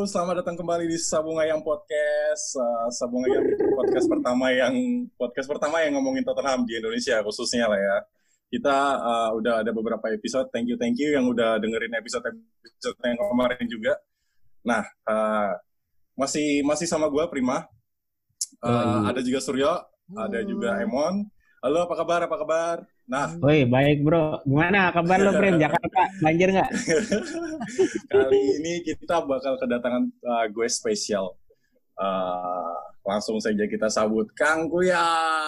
selamat datang kembali di Sabung Ayam Podcast. Sabung Ayam podcast pertama yang ngomongin Tottenham di Indonesia khususnya lah ya. Kita udah ada beberapa episode. Thank you yang udah dengerin episode yang kemarin juga. Nah, masih sama gue Prima. Ada juga Suryo, ada juga Emon. Halo, apa kabar? Nah, woi, baik bro. Gimana kabar lo, Prim? Jakarta, banjir nggak? Kali ini kita bakal kedatangan gue spesial. Langsung saja kita sambut Kang Kuya.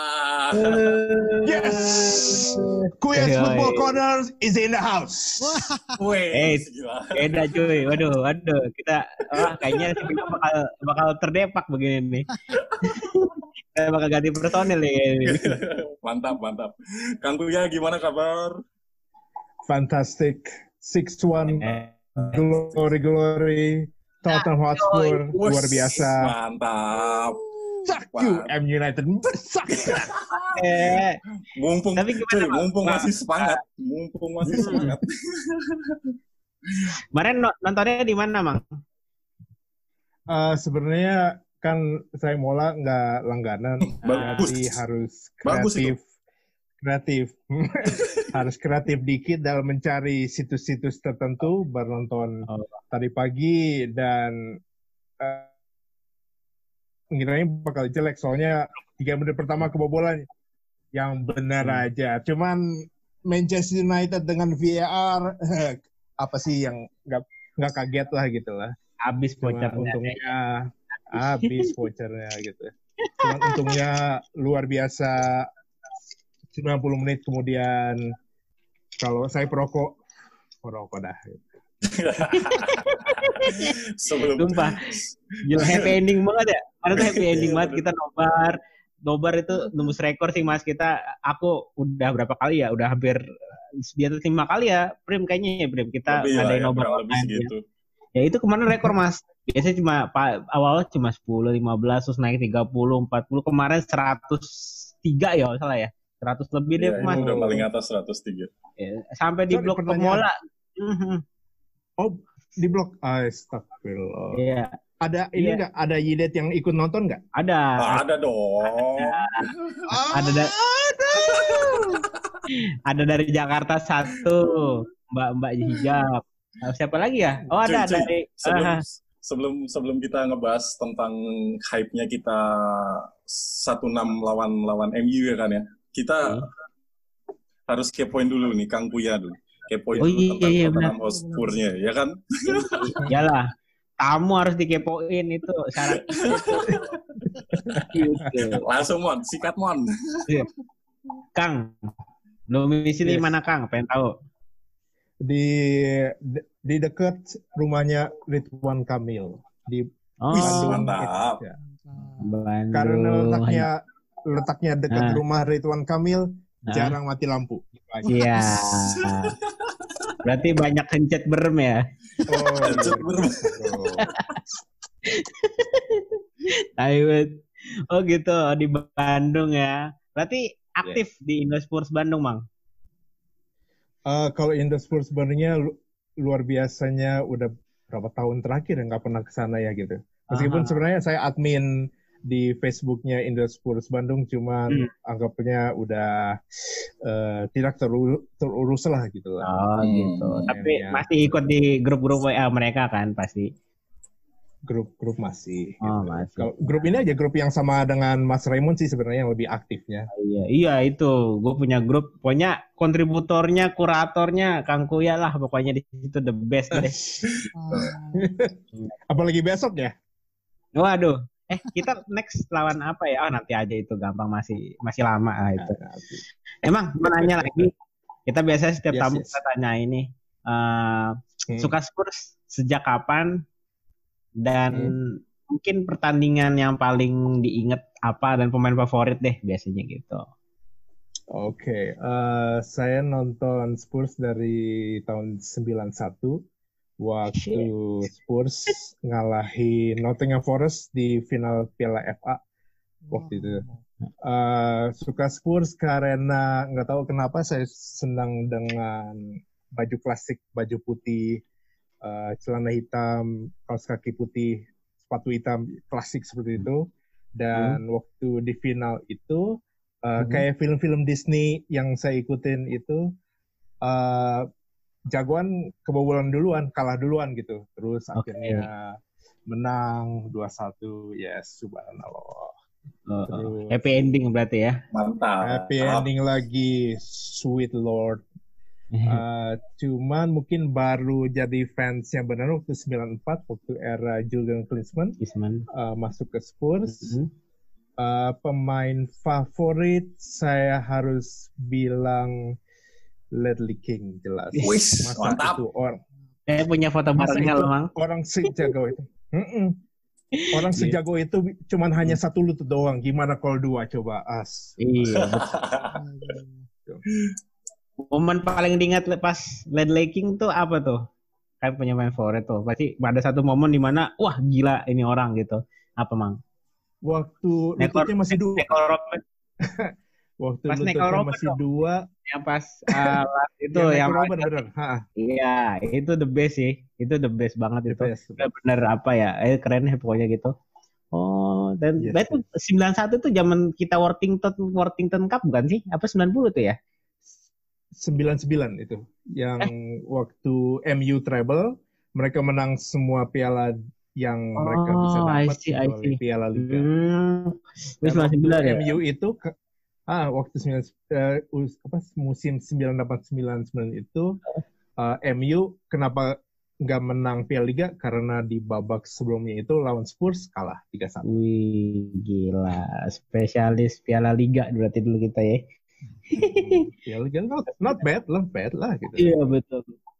Yes, Kuya's Football Corner is in the house. Wih, beda cuy. Waduh. Kita kayaknya bakal terdepak begini nih. Kita bakal ganti personil nih. Mantap. Kang Kuya, gimana kabar? Fantastic. 6-1 glory. Tottenham Hotspur luar biasa. Mantap. Suck you, M United. Suck. Mumpung masih semangat. Kemarin nontonnya di mana, Mang? Sebenarnya kan saya Mola nggak langganan, jadi harus kreatif. Harus kreatif dikit dalam mencari situs-situs tertentu, baru nonton tadi pagi dan ngiranya bakal jelek soalnya 3 menit pertama kebobolan yang benar aja. Cuman Manchester United dengan VAR apa sih yang nggak kaget lah gitu lah. Habis vouchernya gitu. Cuman untungnya luar biasa 90 menit kemudian kalau saya merokok dah. Sumpah, gila happy ending banget ya. Ada tuh happy ending banget, kita nobar itu nembus rekor sih Mas kita. Aku udah berapa kali ya? Udah hampir di atas 5 kali ya, Prim kayaknya ya Prim. Kita ngadain nobar lebih segitu. Ya itu kemarin rekor Mas. Biasanya cuma awalnya cuma 10, 15 terus naik 30, 40. Kemarin 103 ya salah ya. 100 lebih deh Mas. Udah paling atas 103. Ya, sampai di blok Pemola. Oh, di blok astagfirullah. Iya. Ada ini enggak? Ada Yidet yang ikut nonton enggak? Ada. Ada dong. Ada dari Jakarta 1, Mbak hijab. Siapa lagi ya? Oh, ada dari sebelum kita ngebahas tentang hype-nya kita 1-6 lawan MU ya kan ya. Kita harus kepoin dulu nih Kang Kuya dulu. Kepoin dulu tentang Tottenham Hotspur-nya ya kan? Iyalah. Tamu harus dikepoin itu syarat. Langsung Mon, sikat Mon. Kang, domisili mana Kang? Pengen tahu. Di dekat rumahnya Ridwan Kamil di Bandung. Mantap. Ya. Karena letaknya dekat rumah Ridwan Kamil, jarang mati lampu. Iya. Berarti banyak kencet berem ya. Kencet berem. Oh gitu, di Bandung ya. Berarti aktif di Indospurs Bandung, Mang? Kalau Indospurs sebenarnya luar biasanya udah berapa tahun terakhir nggak pernah ke sana ya gitu. Meskipun sebenarnya saya admin di Facebooknya Indospurs Bandung, cuman anggapnya udah tidak terurus lah gitu lah. Oh gitu. Tapi masih ikut di grup-grup WA mereka kan pasti. Grup masih. Oh, gitu. masih. Kalau grup ini aja grup yang sama dengan Mas Raymond sih sebenarnya yang lebih aktifnya. Iya itu. Gue punya grup. Pokoknya kontributornya, kuratornya Kang Kuya lah. Pokoknya di situ the best deh. Apalagi besok ya. Waduh. Kita next lawan apa ya? Oh nanti aja itu gampang masih lama lah itu. Emang mau nanya lagi. Kita biasanya setiap tamu kita tanya ini. Suka Spurs sejak kapan? Dan mungkin pertandingan yang paling diingat apa dan pemain favorit deh biasanya gitu. Oke, saya nonton Spurs dari tahun 91 waktu Spurs ngalahin Nottingham Forest di final Piala FA waktu itu. Suka Spurs karena nggak tahu kenapa saya senang dengan baju klasik, baju putih celana hitam, kaos kaki putih, sepatu hitam klasik seperti itu. Dan waktu di final itu kayak film-film Disney yang saya ikutin itu jagoan kebobolan duluan, kalah duluan gitu. Terus akhirnya menang 2-1. Yes, subhanallah. Terus, happy ending berarti ya. Mantap. Happy ending lagi, sweet lord. Cuman mungkin baru jadi fans yang benar waktu 94, waktu era Jurgen Klinsmann masuk ke Spurs. Pemain favorit saya harus bilang Ledley King, jelas. Mantap. Itu orang. Saya punya foto barengnya loh, Mang. Orang sejago itu. Orang sejago itu cuman hanya satu lutut doang. Gimana kalau dua coba? Iya. Momen paling diingat pas Ledley King tuh apa tuh? Kayak punya main favorit tuh. Pasti ada satu momen di mana wah gila ini orang gitu. Apa, Mang? Waktu lututnya masih dua. Waktu lututnya masih dua. Yang pas itu yang bener. Iya, itu the best sih. Itu the best banget itu. Bener apa ya? Keren ya pokoknya gitu. Oh, dan itu 91 tuh zaman kita Worthington Cup bukan sih? Apa 90 tuh ya? 99 itu. Yang waktu MU treble, mereka menang semua piala yang mereka bisa dapat kecuali Piala Liga. 99 ya. MU itu waktu musim 98-99 itu MU kenapa nggak menang Piala Liga karena di babak sebelumnya itu lawan Spurs kalah 3-1. Wih, gila. Spesialis Piala Liga berarti dulu kita ya. Piala Liga not bad lah gitu. Iya, betul.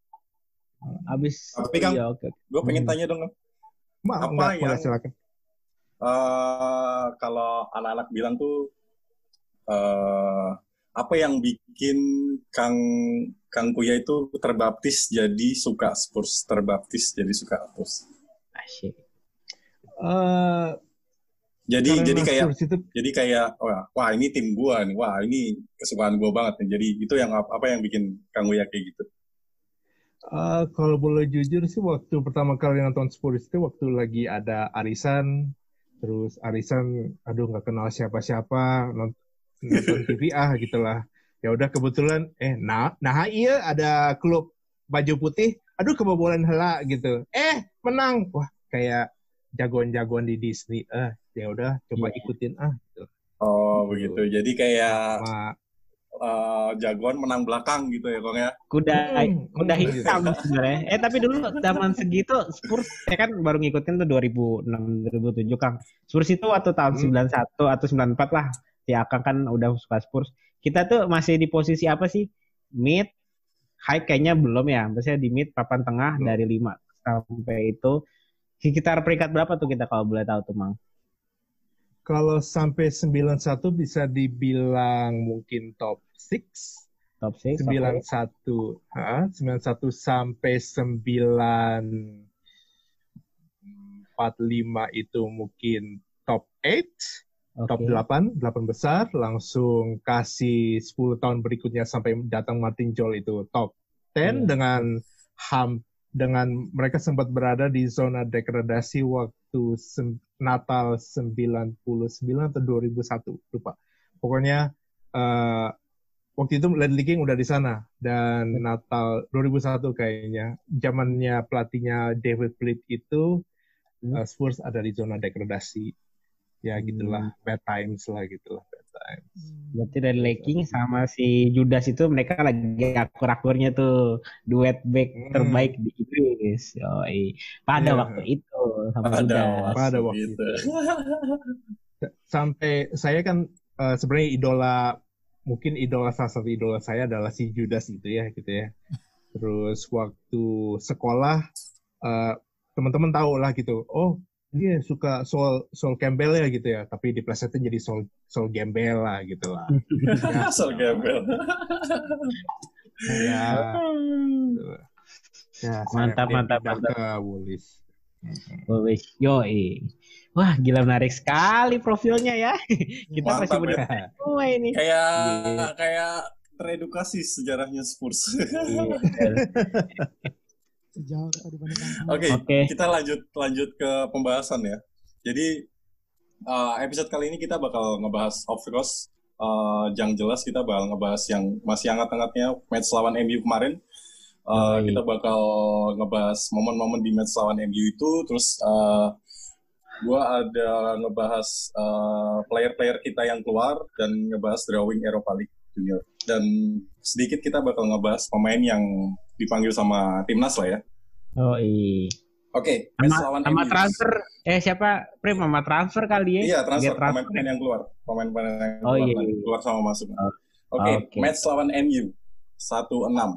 Tapi kan gue pengen tanya dong, apa yang silakan. Kalau anak-anak bilang tuh apa yang bikin Kang Kuya itu terbaptis jadi suka Spurs, Asyik. Jadi kayak wah ini tim gua nih, wah ini kesukaan gua banget nih. Jadi itu yang apa yang bikin Kang Kuya kayak gitu? Kalau boleh jujur sih waktu pertama kali nonton Spurs itu waktu lagi ada arisan, terus arisan nggak kenal siapa-siapa, nonton TV gitulah. Ya udah kebetulan iya ada klub baju putih, kebobolan heula gitu. Menang. Wah, kayak jagoan-jagoan di Disney. Ya udah coba ikutin gitu. Oh, begitu. Jadi kayak jagoan menang belakang gitu ya, Kong ya. Kuda hitam sebenarnya. Tapi dulu zaman segitu Spurs saya kan baru ngikutin tuh 2006 2007 Kang. Spurs itu waktu tahun 91 atau 94 lah. Si Akang kan udah suka Spurs. Kita tuh masih di posisi apa sih? Mid, high kayaknya belum ya. Maksudnya di mid, papan tengah dari 5 sampai itu. Sekitar peringkat berapa tuh kita kalau boleh tahu tuh, Mang? Kalau sampai 91 bisa dibilang mungkin top 6. Top 6. 91. 91 sampai 945 itu mungkin top 8. Top 8 besar, langsung kasih 10 tahun berikutnya sampai datang Martin Jol itu top 10 dengan mereka sempat berada di zona degradasi waktu Natal 99 atau 2001, lupa. Pokoknya waktu itu Ledley King udah di sana dan Natal 2001 kayaknya zamannya pelatihnya David Blitt itu Spurs ada di zona degradasi. Ya gitulah, bad times. Berarti Ledley King sama si Judas itu mereka lagi akur-akurnya tuh duet back terbaik di Inggris. Pada waktu itu sama Judas. Pada waktu itu. Sampai saya kan sebenarnya salah satu idola saya adalah si Judas itu ya gitu ya. Terus waktu sekolah teman-teman tahu lah gitu. Oh, dia suka Sol Campbell ya gitu ya, tapi diplesetin jadi Sol Campbell lah gitu lah. Sol Campbell. Ya. Mantap. Ke Woolies. Yoi. Wah, gila menarik sekali profilnya ya. Kita mantap, masih muda semua ini. Kayak teredukasi sejarahnya Spurs. Sejauh kita dibandingkan. Oke. Kita lanjut ke pembahasan ya. Jadi episode kali ini kita bakal ngebahas, of course, yang jelas kita bakal ngebahas yang masih hangat-hangatnya match lawan MU kemarin. Kita bakal ngebahas momen-momen di match lawan MU itu, terus gue ada ngebahas player-player kita yang keluar dan ngebahas drawing Europa League Junior. Dan sedikit kita bakal ngebahas pemain yang dipanggil sama timnas lah ya. Oh iya. Oke, sama transfer. Siapa? Prim sama transfer kali ya? Iya, transfer pemain yang keluar. Pemain-pemain yang keluar, keluar sama masuk. Oke. Match lawan MU 1-6.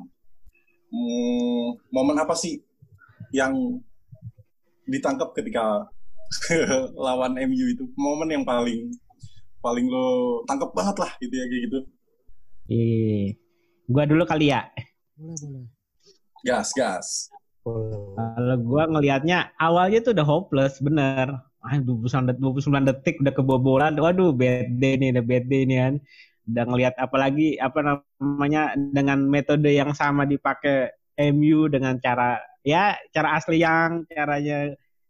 Momen apa sih yang ditangkap ketika lawan MU itu? Momen yang paling lo tangkap banget lah gitu ya, kayak gitu. Iya. Gua dulu kali ya. Boleh. Gas. Kalau gue ngelihatnya awalnya tuh udah hopeless, bener. 29 detik udah kebobolan. Waduh, bad day nih kan. Udah ngelihat apalagi dengan metode yang sama dipakai MU dengan cara asli yang caranya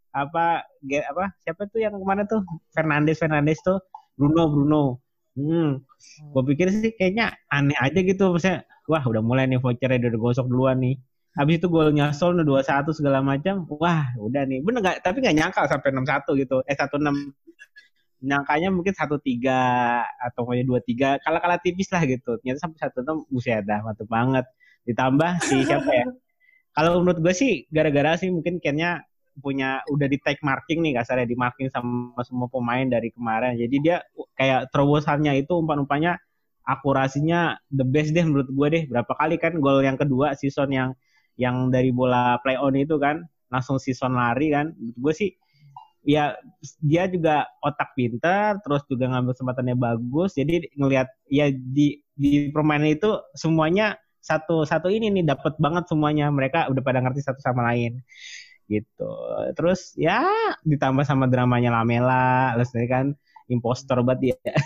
siapa tuh yang kemana tuh Fernandes tuh Bruno. Gue pikir sih kayaknya aneh aja gitu, maksudnya wah udah mulai nih vouchernya udah gosok duluan nih. Habis itu golnya Sol 2-1 segala macam. Wah, udah nih. Bener enggak? Tapi enggak nyangka sampai 6-1 gitu. 1-6. Nyangkanya mungkin 1-3 atau mungkin 2-3. Kalah tipis lah gitu. Ternyata sampai 1-6 buset dah, mantep banget. Ditambah si siapa ya? Kalau menurut gue sih gara-gara sih mungkin kayaknya udah di tag marking nih kasarnya, di marking sama semua pemain dari kemarin. Jadi dia kayak terobosannya itu umpan-umpannya akurasinya the best deh menurut gue deh. Berapa kali kan gol yang kedua season yang dari bola play on itu kan langsung season lari kan. Menurut gue sih ya dia juga otak pintar, terus juga ngambil kesempatannya bagus. Jadi ngelihat ya di permainan itu semuanya satu ini nih dapat banget semuanya. Mereka udah pada ngerti satu sama lain gitu. Terus ya ditambah sama dramanya Lamela, terus ini kan impostor banget dia.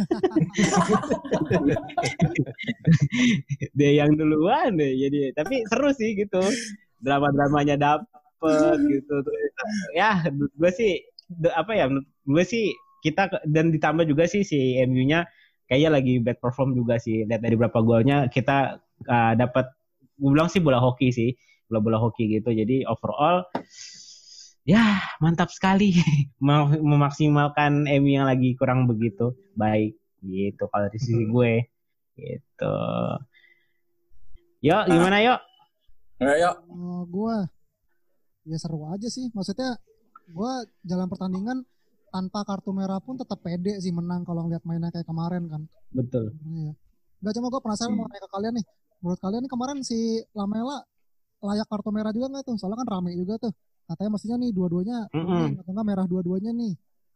Dia yang duluan deh, jadi tapi seru sih gitu, drama-dramanya dapet gitu. Ya gue sih gue sih kita dan ditambah juga sih si MU-nya kayaknya lagi bad perform juga sih. Lihat dari berapa golnya kita dapat, gue bilang sih bola hoki gitu. Jadi overall ya mantap sekali memaksimalkan MU yang lagi kurang begitu baik gitu kalau di sisi gue gitu. Yuk gimana yuk? Gue ya seru aja sih, maksudnya gue jalan pertandingan tanpa kartu merah pun tetap pede sih menang kalau ngeliat mainnya kayak kemarin kan. Betul. Ya. Gak cuma gue penasaran mau nanya ke kalian nih, menurut kalian nih kemarin si Lamela layak kartu merah juga nggak tuh? Soalnya kan rame juga tuh. Katanya mestinya nih dua-duanya, atau nggak merah dua-duanya nih.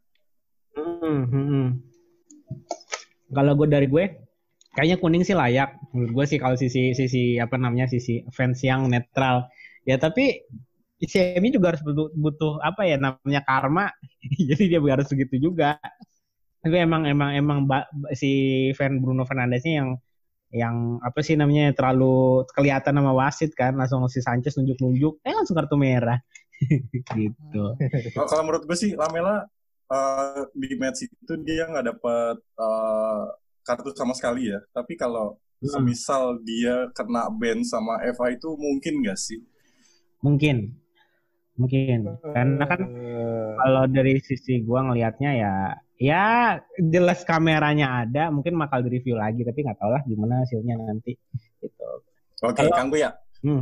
Kalau gue dari gue, kayaknya kuning sih layak. Menurut gue sih kalau sisi sisi fans yang netral. Ya tapi si MU juga harus butuh namanya karma. Jadi dia harus segitu juga. Tapi emang si fan Bruno Fernandesnya yang terlalu kelihatan sama wasit kan, langsung si Sanchez nunjuk langsung kartu merah. Gitu. Kalau menurut gue sih Lamela di match itu dia nggak dapat kartu sama sekali ya. Tapi kalau semisal dia kena ban sama FA itu mungkin nggak sih? Mungkin. Karena kan kalau dari sisi gue ngelihatnya ya jelas kameranya ada, mungkin bakal di-review lagi, tapi nggak tahu lah gimana hasilnya nanti. Gitu. Oke, Kang Buya.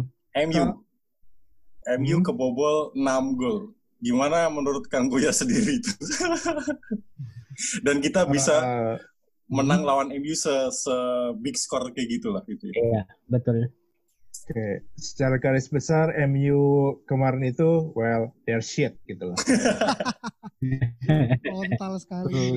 MU kebobol 6 gol. Gimana menurut Kang Buya sendiri itu? Dan kita bisa menang lawan MU se-big score kayak gitulah gitu. Iya, betul. Oke, secara garis besar MU kemarin itu they're shit gitu lah. Frontal sekali.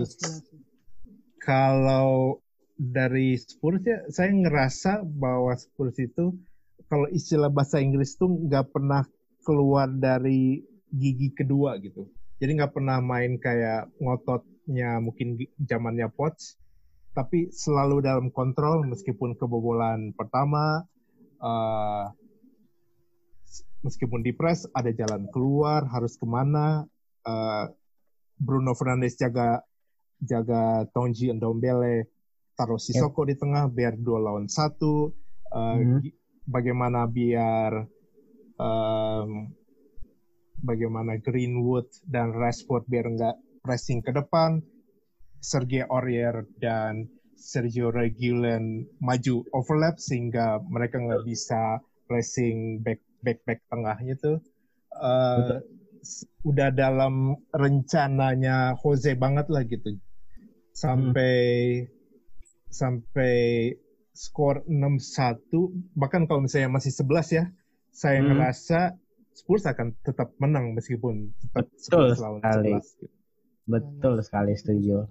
Kalau dari Spurs ya, saya ngerasa bahwa Spurs itu kalau istilah bahasa Inggris tuh nggak pernah keluar dari gigi kedua gitu. Jadi nggak pernah main kayak ngototnya mungkin zamannya Poch, tapi selalu dalam kontrol meskipun kebobolan pertama. meskipun di press ada jalan keluar, harus kemana. Bruno Fernandes jaga Tonji Ndombele, taruh Sissoko di tengah biar 2 lawan 1. Bagaimana biar bagaimana Greenwood dan Rashford biar nggak pressing ke depan. Sergei Aurier dan Sergio Reguilon maju overlap sehingga mereka nggak bisa pressing back tengahnya tuh. Udah dalam rencananya Jose banget lah gitu. Sampai skor 6-1, bahkan kalau misalnya masih 11 ya, saya ngerasa Spurs akan tetap menang meskipun tetap 11 lawan 11 gitu. Betul sekali, setuju.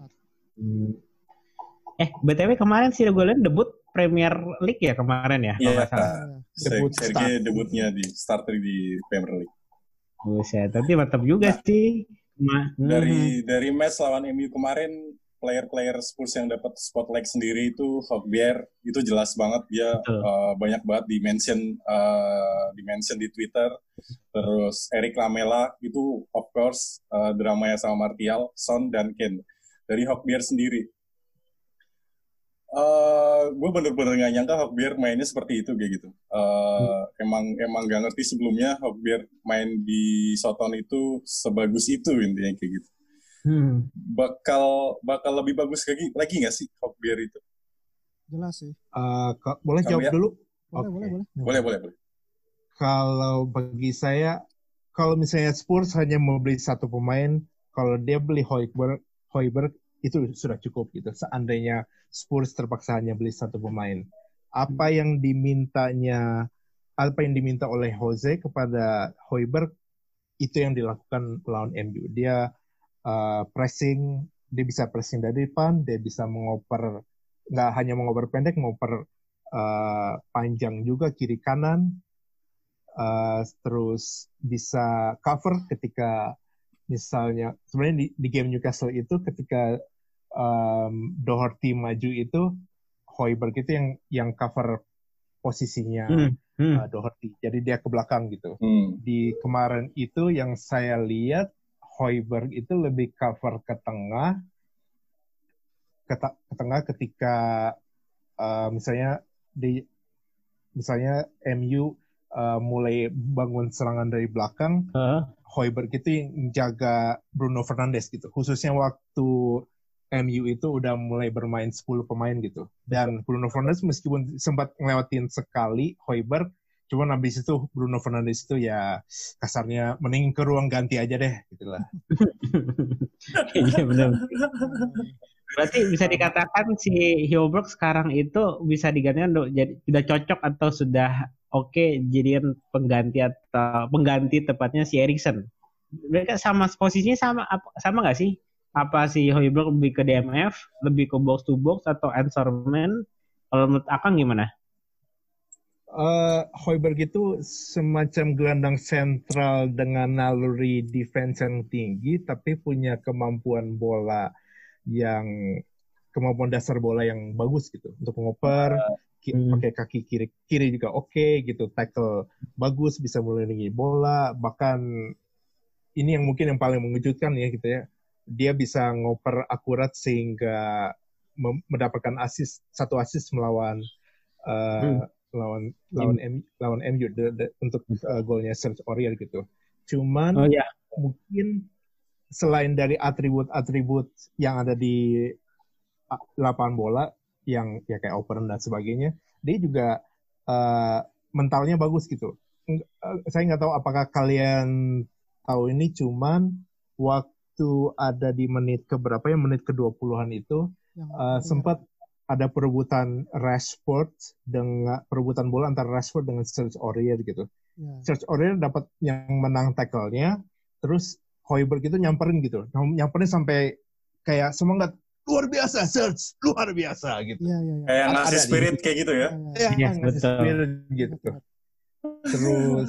BTW kemarin sih gue lihat debut Premier League ya kemarin ya? Iya, Sergei debutnya di starter di Premier League. Buset, tapi mantap juga sih. Dari match lawan MU kemarin, player-player Spurs yang dapat spotlight sendiri itu Hogbier, itu jelas banget dia banyak banget di-mention di Twitter. Terus Eric Lamela itu of course dramanya sama Martial, Son dan Kane. Dari Hogbier sendiri. Gue bener-bener gak nyangka Hogbier mainnya seperti itu kayak gitu. Emang gak ngerti sebelumnya Hogbier main di Soton itu sebagus itu intinya kayak gitu. Bakal lebih bagus lagi nggak sih Hogbier itu? Jelas sih. Boleh jawab dulu? Boleh. Kalau bagi saya, kalau misalnya Spurs hanya mau beli satu pemain, kalau dia beli Højbjerg itu sudah cukup gitu. Seandainya Spurs terpaksa hanya beli satu pemain, apa yang diminta oleh Jose kepada Højbjerg itu yang dilakukan lawan MU. Dia pressing, dia bisa pressing dari depan, dia bisa mengoper, nggak hanya mengoper pendek, mengoper panjang juga kiri kanan, terus bisa cover ketika misalnya sebenarnya di game Newcastle itu ketika Doherty maju itu Højbjerg itu yang cover posisinya Doherty, jadi dia ke belakang gitu. Di kemarin itu yang saya lihat Højbjerg itu lebih cover ke tengah ketika misalnya MU mulai bangun serangan dari belakang, Højbjerg itu yang jaga Bruno Fernandes gitu. Khususnya waktu MU itu udah mulai bermain 10 pemain gitu. Dan Bruno Fernandes meskipun sempat ngelewatin sekali Højbjerg, cuman habis itu Bruno Fernandes itu ya kasarnya mending ke ruang ganti aja deh gitulah. Iya benar. Berarti bisa dikatakan si Højbjerg sekarang itu bisa digantikan jadi sudah cocok atau sudah oke jadikan pengganti tepatnya si Eriksen. Mereka sama posisinya sama nggak sih? Apa si Højbjerg lebih ke DMF, lebih ke box to box atau answer man? Kalau menurut Akang gimana? Højbjerg itu semacam gelandang sentral dengan naluri defense yang tinggi, tapi punya kemampuan dasar bola yang bagus gitu untuk mengoper, pakai kaki kiri juga oke gitu, tackle bagus, bisa melindungi bola, bahkan ini yang mungkin yang paling mengejutkan ya gitu ya, dia bisa ngoper akurat sehingga mendapatkan satu assist melawan MU untuk golnya Serge Aurier gitu. Cuman mungkin selain dari atribut-atribut yang ada di lapangan bola yang ya kayak operan dan sebagainya, dia juga mentalnya bagus gitu. Saya nggak tahu apakah kalian tahu ini, cuman waktu ada di menit ke-20-an itu sempat ada perebutan bola antara Rashford dengan Serge Aurier gitu. Serge Aurier dapat yang menang tackle-nya, terus Højbjerg itu nyamperin sampai kayak semangat luar biasa Serge, luar biasa gitu. Kayak ngasih spirit kayak gitu ya. Iya, ngasih spirit gitu. Terus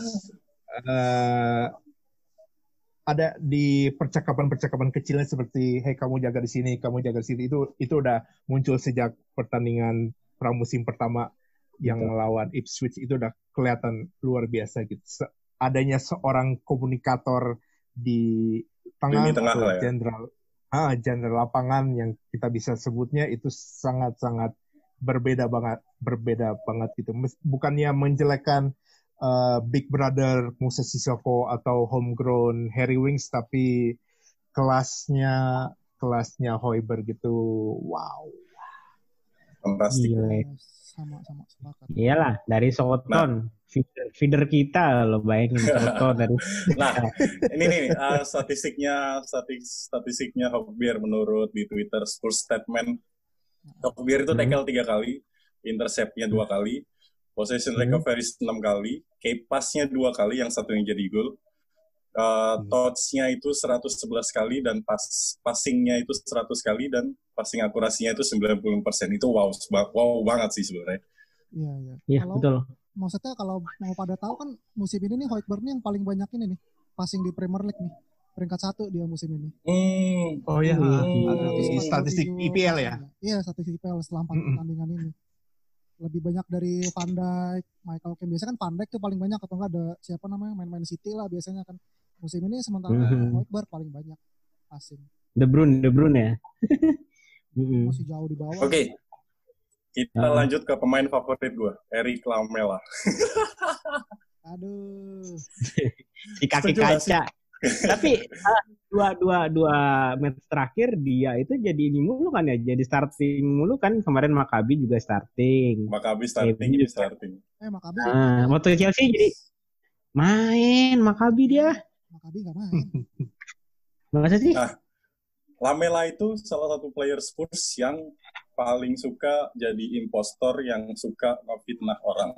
ada di percakapan kecilnya seperti hey kamu jaga di sini, kamu jaga di sini, itu udah muncul sejak pertandingan pramusim pertama yang melawan Ipswich, itu udah kelihatan luar biasa gitu. adanya seorang komunikator di tengah atau ya. jenderal lapangan yang kita bisa sebutnya itu sangat-sangat berbeda banget gitu. Bukannya menjelekkan Big Brother Moussa Sissoko atau homegrown Harry Winks, tapi kelasnya Højbjerg gitu. Wow. Fantastik. Sama sepakat. Iyalah, dari Soton, feeder kita lo bayangin Soton dari. Nah, ini nih statistiknya Højbjerg menurut di Twitter Spurs Statement. Højbjerg itu tackle 3 kali, intercept-nya 2 kali, possession recovery 6 kali, key pass-nya 2 kali, yang satunya jadi gol. Touch-nya itu 111 kali dan passing-nya itu 100 kali dan passing akurasinya itu 90%. Itu wow banget sih sebenarnya. Iya, betul. Maksudnya kalau mau pada tahu kan musim ini nih Højbjerg nih yang paling banyak ini nih passing di Premier League nih. Peringkat 1 dia musim ini. Oh iya, statistik IPL ya? Iya, statistik IPL setelah 4 pertandingan ini. Lebih banyak dari Van Dijk, Michael Keane. Biasanya kan Van Dijk tuh paling banyak atau enggak ada siapa namanya main-main City lah biasanya kan. Musim ini sementara Højbjerg paling banyak passing. De Bruyne ya. Masih jauh di bawah. Oke. Kita lanjut ke pemain favorit gue, Eric Lamela. Aduh. Si kaki kaca. Tapi dua match terakhir dia itu jadi ini mulu kan ya, jadi starting mulu kan. Kemarin Maccabi juga starting. Maccabi. Maccabi. Waktu Chelsea jadi main Maccabi dia. Maccabi nggak main. Masa sih? Nah, Lamela itu salah satu player Spurs yang paling suka jadi impostor, yang suka ngefitnah orang.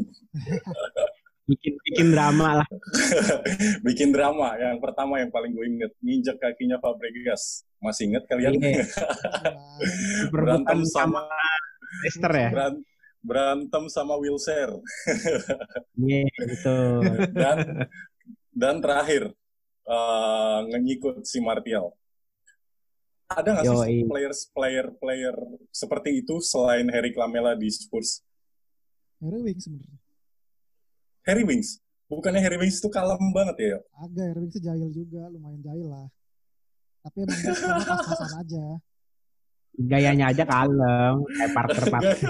bikin drama lah. Bikin drama. Yang pertama yang paling gue inget, nginjek kakinya Fabregas. Masih inget kalian? Berantem sama Leicester ya? Berantem sama Wilshere. Iya, betul. Dan terakhir ngikut si Martial. Ada nggak sih player seperti itu selain Harry Lamela di Spurs? Harry Winks sebenarnya. Harry Winks? Bukannya Harry Winks itu kalem banget ya? Agak, Harry Winks jahil juga, lumayan jahil lah. Tapi emang dia pas-pasan aja. Gayanya aja kalem, kayak partner.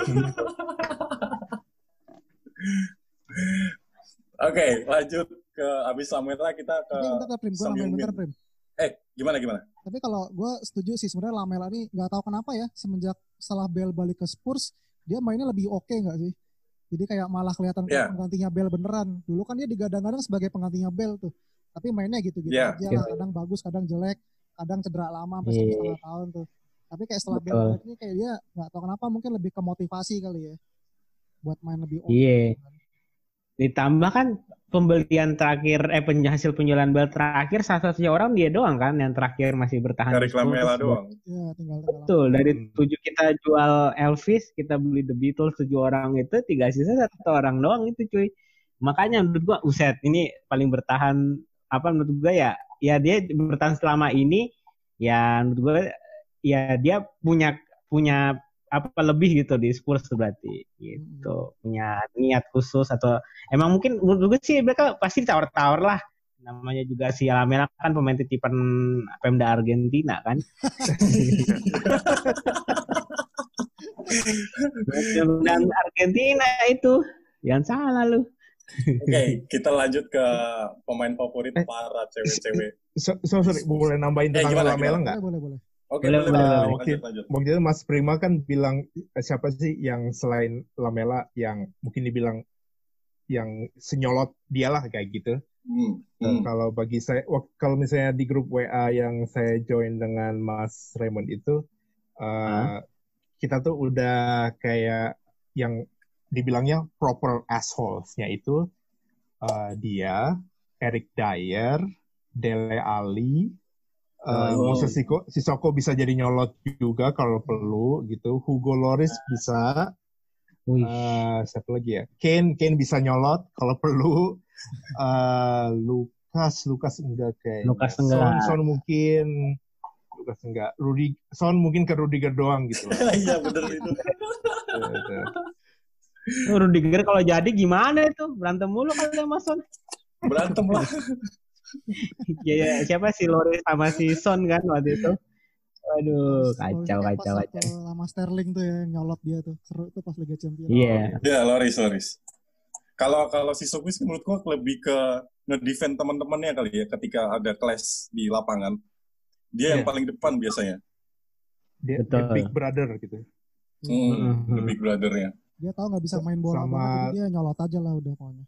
Oke, lanjut ke abis Lamela kita ke bentar, Prim. Gimana? Tapi kalau gue setuju sih sebenarnya Lamela ini nggak tahu kenapa ya semenjak setelah Bale balik ke Spurs dia mainnya lebih oke nggak sih? Jadi kayak malah kelihatan penggantinya Bale beneran. Dulu kan dia digadang-gadang sebagai penggantinya Bale tuh. Tapi mainnya gitu-gitu aja. Kadang bagus, kadang jelek, kadang cedera lama sampai 1,5 tahun tuh. Tapi kayak setelah Bale balik ini kayak dia nggak tahu kenapa mungkin lebih ke motivasi kali ya. Buat main lebih oke. Iya. Ditambah kan pembelian terakhir, hasil penjualan Bale terakhir satu-satunya orang dia doang kan yang terakhir masih bertahan. Dari Lamela doang. Iya, tinggal. Betul, dari 7 kita jual Elvis, kita beli The Beatles 7 orang itu, 3 sisa 1 orang doang itu cuy. Makanya menurut gua ini paling bertahan menurut gua ya dia bertahan selama ini ya menurut gua ya dia punya lebih gitu di Spurs berarti gitu, punya niat khusus atau emang mungkin menurut gue sih mereka pasti tawar-tawar lah, namanya juga si Lamela kan pemain titipan Pemda Argentina kan. Dan Argentina itu jangan salah lu. Oke, kita lanjut ke pemain favorit para cewek-cewek. Sorry, boleh nambahin tentang Lamela nggak? Boleh. Oke, lanjut. Waktu itu Mas Prima kan bilang siapa sih yang selain Lamela yang mungkin dibilang yang senyolot dialah kayak gitu. Kalau bagi saya, kalau misalnya di grup WA yang saya join dengan Mas Raymond itu, kita tuh udah kayak yang dibilangnya proper assholes-nya itu dia, Eric Dyer, Dele Alli, Moussa Sissoko bisa jadi nyolot juga kalau perlu gitu. Hugo Lloris bisa. Siapa lagi ya? Kane bisa nyolot kalau perlu. Lucas enggak kayaknya. Lucas enggak. Son mungkin. Lucas enggak. Son mungkin ke Rudiger doang gitu. Iya benar itu. Rudiger kalau jadi gimana itu? Berantem mulu kali sama Son. Berantem lah. Ya, siapa si Loris sama si Son kan waktu itu. Aduh, kacau. Lama Sterling tuh ya, nyolot dia tuh. Seru tuh pas Liga Champions. Iya. Iya, Loris. Kalau si Sukris menurut gua lebih ke ngedefend teman-temannya kali ya ketika ada clash di lapangan. Dia yang paling depan biasanya. Dia big brother gitu. The big brother-nya. Dia tahu nggak bisa main bola banget, dia nyolot aja lah udah pokoknya.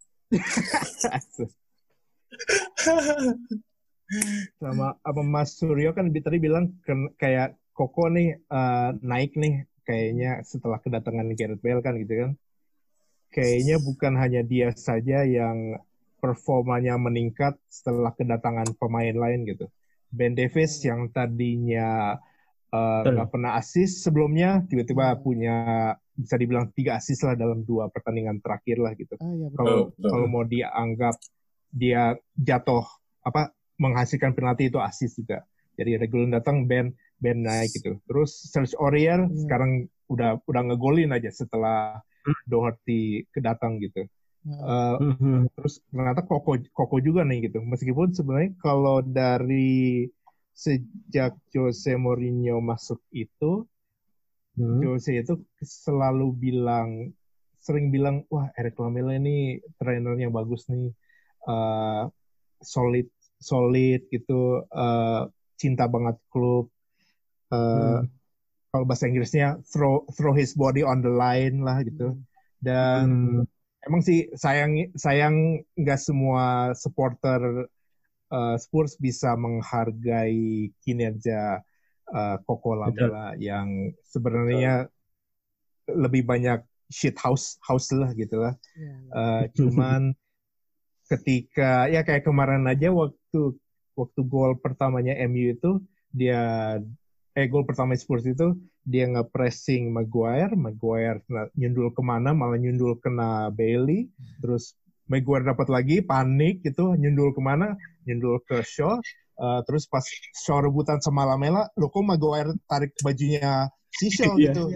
Sama apa Mas Suryo kan tadi bilang kayak Koko nih naik nih kayaknya setelah kedatangan Gareth Bale kan gitu kan. Kayaknya bukan hanya dia saja yang performanya meningkat setelah kedatangan pemain lain gitu. Ben Davies yang tadinya nggak pernah assist sebelumnya tiba-tiba punya bisa dibilang 3 assist lah dalam 2 pertandingan terakhir lah gitu. Kalau mau dianggap dia jatuh menghasilkan penalti itu assist juga. Jadi Reguilon datang Ben naik gitu. Terus Serge Aurier sekarang udah ngegolin aja setelah Doherty kedatang gitu. Terus ternyata Koko juga nih gitu. Meskipun sebenarnya kalau dari sejak Jose Mourinho masuk itu, Jose itu sering bilang, wah Eric Lamela ini trainernya bagus nih, solid gitu, cinta banget klub. Kalau bahasa Inggrisnya throw his body on the line lah gitu. Dan emang sih sayang nggak semua supporter Spurs bisa menghargai kinerja Koko Lamela yang sebenarnya lebih banyak shit house lah gitu lah. Cuman ketika ya kayak kemarin aja waktu gol pertamanya MU itu gol pertama Spurs itu dia nge-pressing Maguire nyundul kemana malah nyundul kena Bailey, terus Maguire dapat lagi panik gitu nyundul kemana nyundul ke Shaw, terus pas Shaw rebutan sama Lamela lo kok Maguire tarik bajunya si Shaw gitu.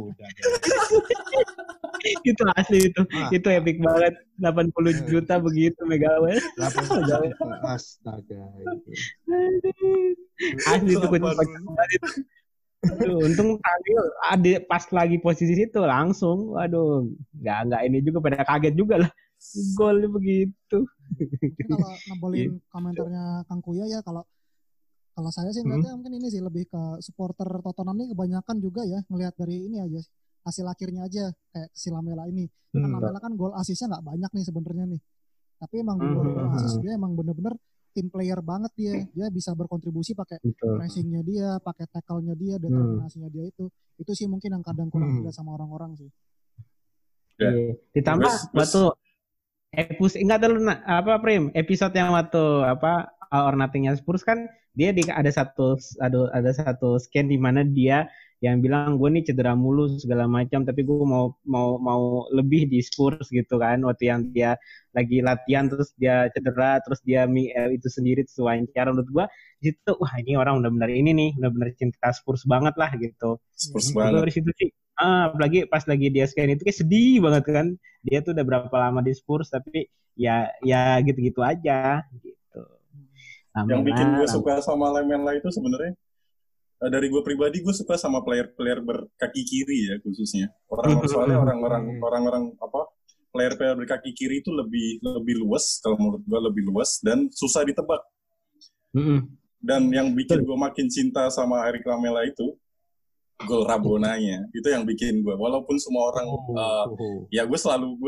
Itu asli itu epic banget, 80 juta begitu Maguire. Astaga itu. Asli itu kucing banget. Untung ada pas lagi posisi situ langsung, waduh, nggak ini juga pada kaget juga lah, golnya begitu. Kalau nembolin komentarnya Kang Kuya ya, kalau saya sih ngeliatnya mungkin ini sih lebih ke supporter Tottenham nih kebanyakan juga ya ngelihat dari ini aja hasil akhirnya aja kayak si Lamela ini. Kan Lamela kan gol asisnya nggak banyak nih sebenarnya nih, tapi emang di gol asis dia emang bener-bener tim player banget dia bisa berkontribusi pakai pressingnya dia, pakai tackle-nya dia, determinasinya dia itu sih mungkin yang kadang kurang dilihat sama orang-orang sih. Ditambah waktu episode yang waktu All or Nothing-nya Spurs kan dia ada satu scan di mana dia yang bilang gue nih cedera mulu segala macam tapi gue mau lebih di Spurs gitu kan, waktu yang dia lagi latihan terus dia cedera terus dia itu sendiri terus wawancara. Menurut gue di situ wah ini orang benar-benar cinta Spurs banget lah gitu. Spurs banget. Dari situ sih apalagi pas lagi dia scan itu kayak sedih banget kan, dia tuh udah berapa lama di Spurs tapi ya gitu-gitu aja gitu. Yang bikin gue suka sama Lamela itu sebenarnya dari gue pribadi gue suka sama player berkaki kiri ya khususnya. Soalnya orang-orang player berkaki kiri itu lebih luas, kalau menurut gue lebih luas dan susah ditebak. Dan yang bikin gue makin cinta sama Eric Lamela itu gol Rabonanya. Itu yang bikin gue, walaupun semua orang ya gue selalu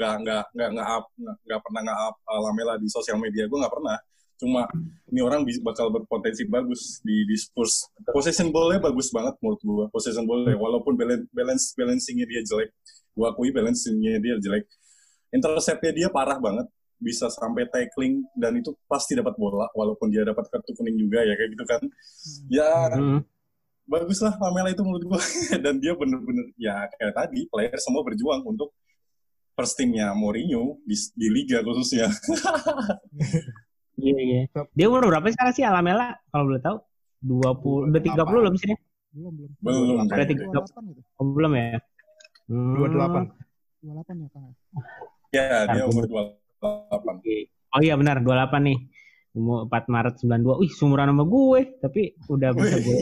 nggak pernah nge-up Lamela di sosial media, gue nggak pernah. Cuma ini orang bakal berpotensi bagus di Spurs. Possession ball-nya bagus banget menurut gue. Possession ball-nya walaupun balancing-nya dia jelek. Gue akui balancing-nya dia jelek. Intercept-nya dia parah banget. Bisa sampai tackling dan itu pasti dapat bola walaupun dia dapat kartu kuning juga ya kayak gitu kan. Ya bagus lah Lamela itu menurut gue. Dan dia bener-bener ya kayak tadi player semua berjuang untuk first team-nya Mourinho di Liga khususnya. Iya. Dia umur berapa sekarang sih Lamela? Kalau boleh tahu? 20, udah 30 belum sih dia? Belum. Udah 38 gitu. Oh, belum ya? 28 ya Kang. Ya, dia umur 28. Oh iya benar 28 nih. 4 Maret 92. Wih, seumuran sama gue, tapi udah bisa gue.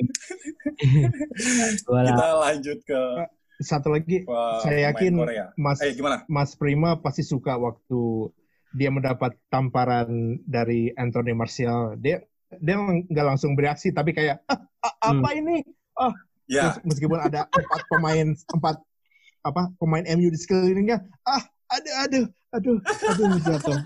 Kita lanjut ke satu lagi. Saya yakin Korea. Mas Prima pasti suka waktu dia mendapat tamparan dari Anthony Martial. Dia nggak langsung bereaksi, tapi kayak apa ini? Terus meskipun ada 4 pemain MU di sekelilingnya, aduh jatuh.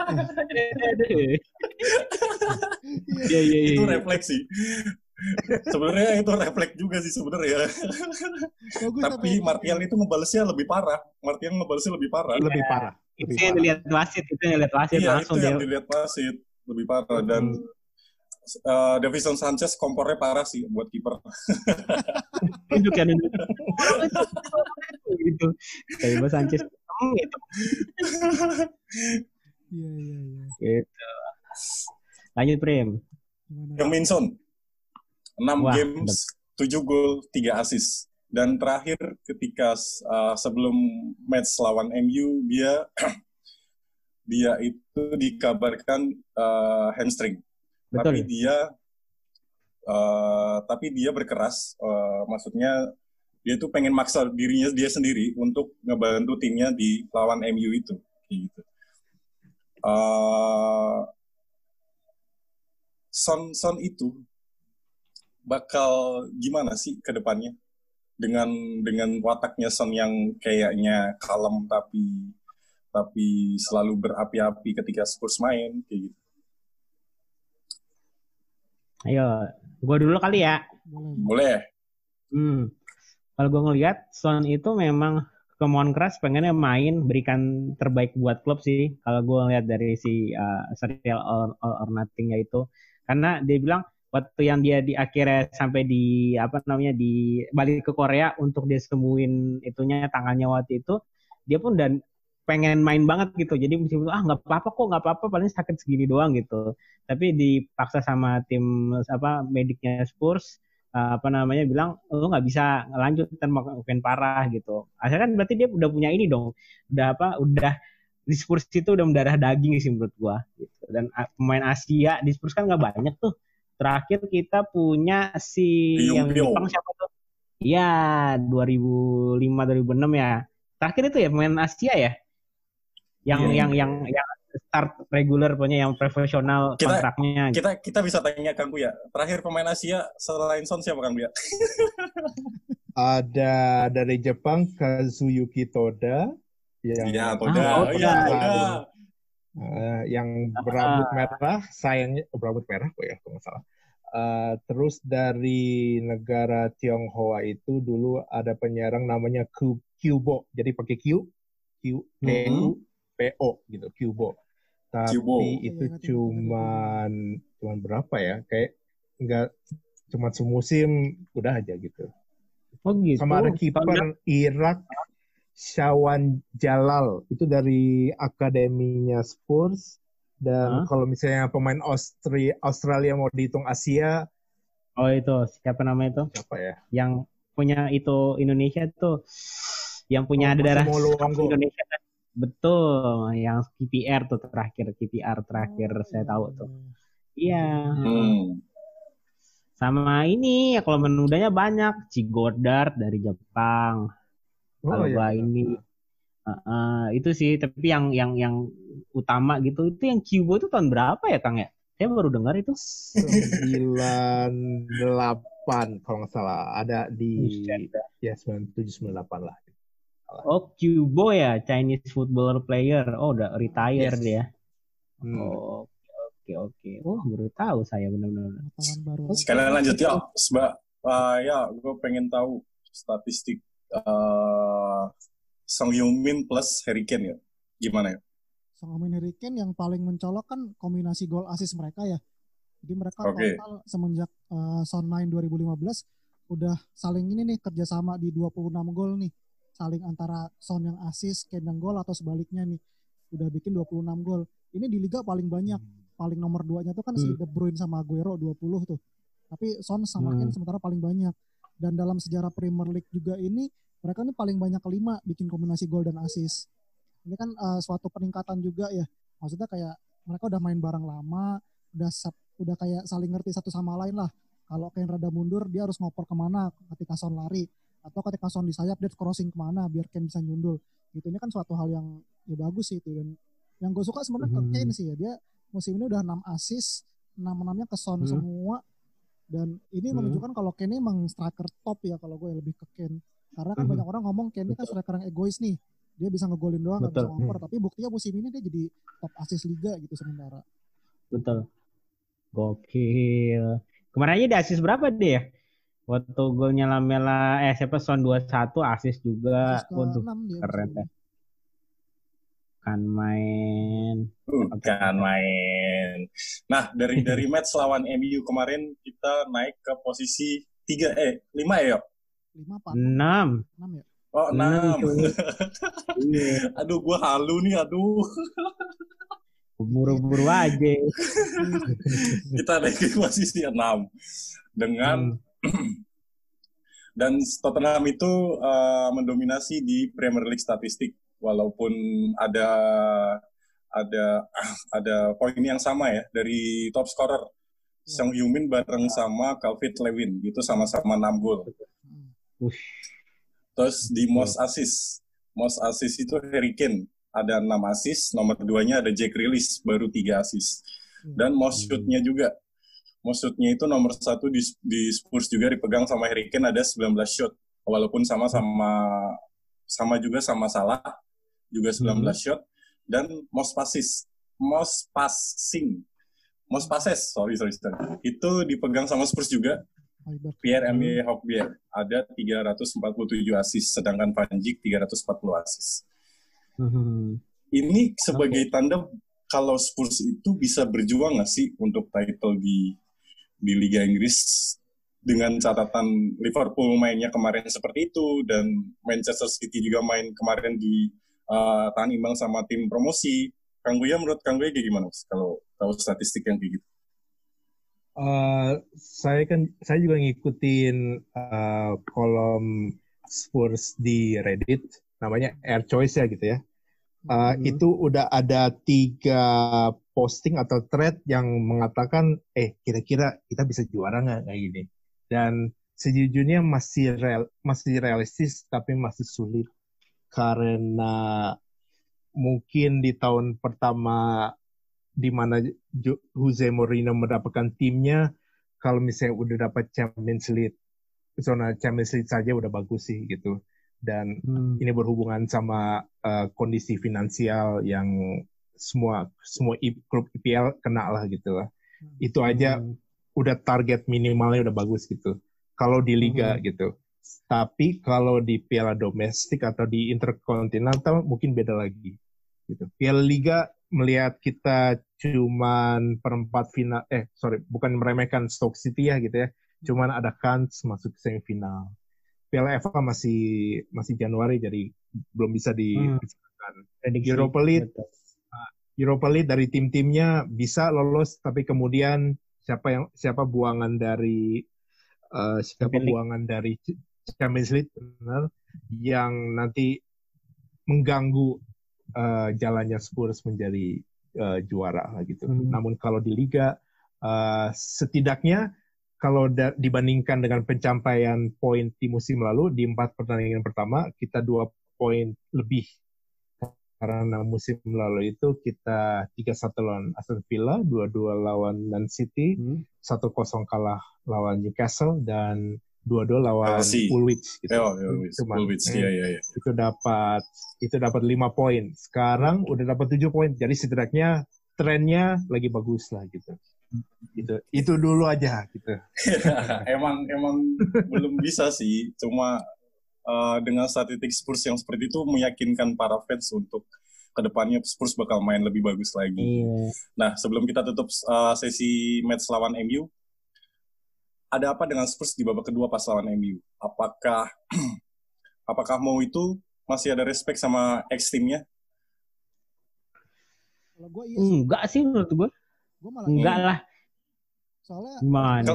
Itu refleksi. Sebenarnya itu refleks juga sih sebenarnya. Tapi Martial itu ngebalesnya lebih parah. Lebih parah. Itu yang dilihat wasit, langsung itu yang dilihat wasit lebih parah. Dan Davinson Sanchez kompornya parah sih buat kiper. Nunduk gitu. Kayak Sanchez gitu. Iya. Gitu. Lanjut Prim. Minson 6 games, 7 gol, 3 assist. Dan terakhir ketika sebelum match lawan MU dia itu dikabarkan hamstring. Betul. Tapi dia berkeras, maksudnya dia tuh pengen maksa dirinya dia sendiri untuk ngebantu timnya di lawan MU itu. Gitu. Son itu bakal gimana sih ke depannya dengan wataknya Son yang kayaknya kalem tapi selalu berapi-api ketika Spurs main kayak gitu. Ayo, gue dulu kali ya. Boleh. Kalau gue ngelihat Son itu memang kemauan keras pengennya main, berikan terbaik buat klub sih. Kalau gue ngelihat dari si serial All or Nothing-nya itu, karena dia bilang waktu yang dia di akhirnya sampai di balik ke Korea untuk dia sembuhin itunya tangannya waktu itu, dia pun dan pengen main banget gitu. Jadi meskipun nggak apa-apa paling sakit segini doang gitu. Tapi dipaksa sama tim mediknya Spurs bilang lu nggak bisa lanjut dan makin parah gitu. Akhirnya kan berarti dia udah punya ini dong. Udah di Spurs itu udah mendarah daging sih menurut gua gitu. Dan pemain Asia di Spurs kan nggak banyak tuh. Terakhir kita punya si yang Jepang siapa tuh? Iya, 2005-2006 ya. Terakhir itu ya pemain Asia ya. Yang start regular punya yang profesional kontraknya. Kita bisa tanya Kang Buya. Terakhir pemain Asia selain Son siapa Kang Buya? Ada dari Jepang Kazuyuki Toda. Toda. Yang berambut merah, sayangnya berambut merah kok ya kalau nggak salah. Terus dari negara Tionghoa itu dulu ada penyerang namanya Kyubo, jadi pakai Q P-O gitu, Kyubo. Tapi itu cuman berapa ya? Kayak nggak cuma semusim udah aja gitu. Oh gitu. Sama ada kiper Irak Shawan Jalal itu dari akademinya Spurs. Dan kalau misalnya pemain Australia mau dihitung Asia, itu siapa namanya itu? Siapa ya? Yang punya itu Indonesia tuh, yang punya ada darah Indonesia kan? Betul, yang KPR tuh terakhir saya tahu tuh. Iya. Sama ini ya kalau menudanya banyak, Cigodard dari Jepang. Ini. Itu sih, tapi yang utama gitu itu yang Kyubo itu tahun berapa ya Kang ya? Saya baru dengar itu 98 kalau nggak salah, ada di 97-98 lah. Oh Kyubo ya, Chinese footballer player. Oh udah retire dia. Oke. Baru tahu saya benar-benar. Sekalian lanjut ya, gue pengen tahu statistik Song Heung-min plus Harry Kane ya. Gimana ya? Song Heung-min Harry Kane yang paling mencolok kan kombinasi gol assist mereka ya. Jadi mereka total semenjak Son main 2015 udah saling ini nih kerjasama di 26 gol nih. Saling antara Son yang assist, Kane yang gol atau sebaliknya nih. Udah bikin 26 gol. Ini di liga paling banyak. Paling nomor 2-nya tuh kan si De Bruyne sama Aguero 20 tuh. Tapi Son sama Kane sementara paling banyak. Dan dalam sejarah Premier League juga ini mereka ini paling banyak 5 bikin kombinasi gol dan assist. Ini kan suatu peningkatan juga ya. Maksudnya kayak mereka udah main bareng lama, udah kayak saling ngerti satu sama lain lah. Kalau Kane rada mundur, dia harus ngoper kemana ketika Son lari, atau ketika Son di sayap dia crossing kemana biar Kane bisa nyundul. Gitu, ini kan suatu hal yang ya bagus sih itu. Dan yang gue suka sebenarnya ke Kane sih ya, dia musim ini udah 6 assist, 6-6-nya ke Son semua. Dan ini menunjukkan kalau Kane emang striker top ya, kalau gue lebih ke Kane. Karena kan banyak orang ngomong Kane ini kan striker yang egois nih. Dia bisa ngegolin doang, gak bisa ngoper. Tapi buktinya musim ini dia jadi top assist liga gitu sementara. Betul. Gokil. Kemarin aja di assist berapa dia ya? Waktu golnya Lamela, Son 21 assist juga. Waduh, keren ya. Kan main. Nah, dari match lawan MU kemarin kita naik ke posisi 5 ya? 5 apa? 6 ya? Oh, 6. Aduh, gue halu nih, aduh. Buru-buru aja. Kita naik ke posisi 6 dengan dan Tottenham itu mendominasi di Premier League statistik, walaupun ada poin yang sama ya dari top scorer Son Heung-min bareng sama Calvert-Lewin, itu sama-sama 6 gol. Terus di most assist itu Harry Kane ada 6 assist, nomor 2-nya ada Jack Grealish baru 3 assist. Dan most shoot-nya itu nomor 1 di Spurs juga dipegang sama Harry Kane, ada 19 shoot. Walaupun sama juga sama Salah juga 19 shot. Dan most passes itu dipegang sama Spurs juga. Pierre-Emerick Aubameyang ada 347 assist, sedangkan Van Dijk 340 assist. Ini sebagai tanda kalau Spurs itu bisa berjuang nggak sih untuk title di Liga Inggris, dengan catatan Liverpool mainnya kemarin seperti itu dan Manchester City juga main kemarin di tahan imbang sama tim promosi. Menurut Kang Buya gimana kalau tahu statistik yang kayak gitu? Saya juga ngikutin kolom Spurs di Reddit, namanya Air Choice ya gitu ya. Itu udah ada 3 posting atau thread yang mengatakan kira-kira kita bisa juara nggak kayak gini. Dan sejujurnya masih realistis tapi masih sulit karena mungkin di tahun pertama di mana Jose Mourinho mendapatkan timnya, kalau misalnya udah dapat Champions League, zona Champions League saja udah bagus sih gitu. Dan ini berhubungan sama kondisi finansial yang semua klub IPL kena lah gitu lah. Itu aja udah target minimalnya udah bagus gitu. Kalau di liga gitu. Tapi kalau di piala domestik atau di interkontinental mungkin beda lagi gitu. Piala Liga melihat kita cuman perempat final, bukan meremehkan Stoke City ya gitu ya. Cuman ada kans masuk semifinal. Piala FA masih Januari, jadi belum bisa dibicarakan. Europa League dari tim-timnya bisa lolos, tapi kemudian siapa buangan dari Champions League benar, yang nanti mengganggu jalannya Spurs menjadi juara gitu. Namun kalau di Liga setidaknya kalau dibandingkan dengan pencapaian poin di musim lalu, di 4 pertandingan pertama kita 2 poin lebih. Karena musim lalu itu kita 3-1 lawan Aston Villa, 2-2 lawan Man City, 1-0 kalah lawan Newcastle, dan 2-2 lawan Woolwich gitu. Itu dapat 5 poin. Sekarang udah dapat 7 poin. Jadi setidaknya trennya lagi bagus lah gitu. Itu dulu aja gitu. emang belum bisa sih. Cuma dengan statistik Spurs yang seperti itu meyakinkan para fans untuk kedepannya Spurs bakal main lebih bagus lagi. Nah, sebelum kita tutup sesi match lawan MU, ada apa dengan Spurs di babak kedua pas lawan MU? Apakah mau itu masih ada respect sama ex-timnya? Kalau gue iya. Enggak sih menurut gue. Gue malah enggak lah. Soalnya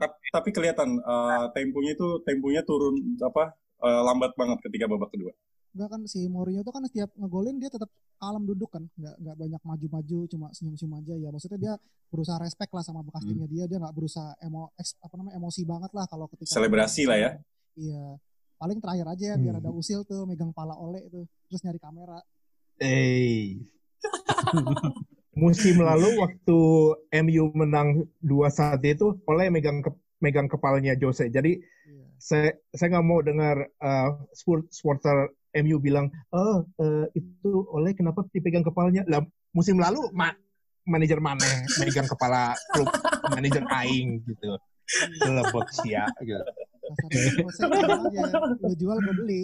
tapi kelihatan temponya turun lambat banget ketika babak kedua. Enggak kan si Mourinho tuh kan setiap ngegolin dia tetap kalem duduk kan, nggak banyak maju-maju, cuma senyum-senyum aja ya. Maksudnya dia berusaha respect lah sama bekas timnya dia nggak berusaha emosi banget lah kalau ketika selebrasi lah ya. Iya, paling terakhir aja ya biar ada usil tuh megang pala Ole itu terus nyari kamera. Musim lalu waktu MU menang 2-1 itu Ole megang kepalanya Jose. Jadi saya nggak mau dengar supporter MU bilang, itu Ole kenapa dipegang kepalanya? Lah musim lalu manajer mana megang kepala klub manajer aing gitu. Lebok sia gitu. Lu jual gue beli.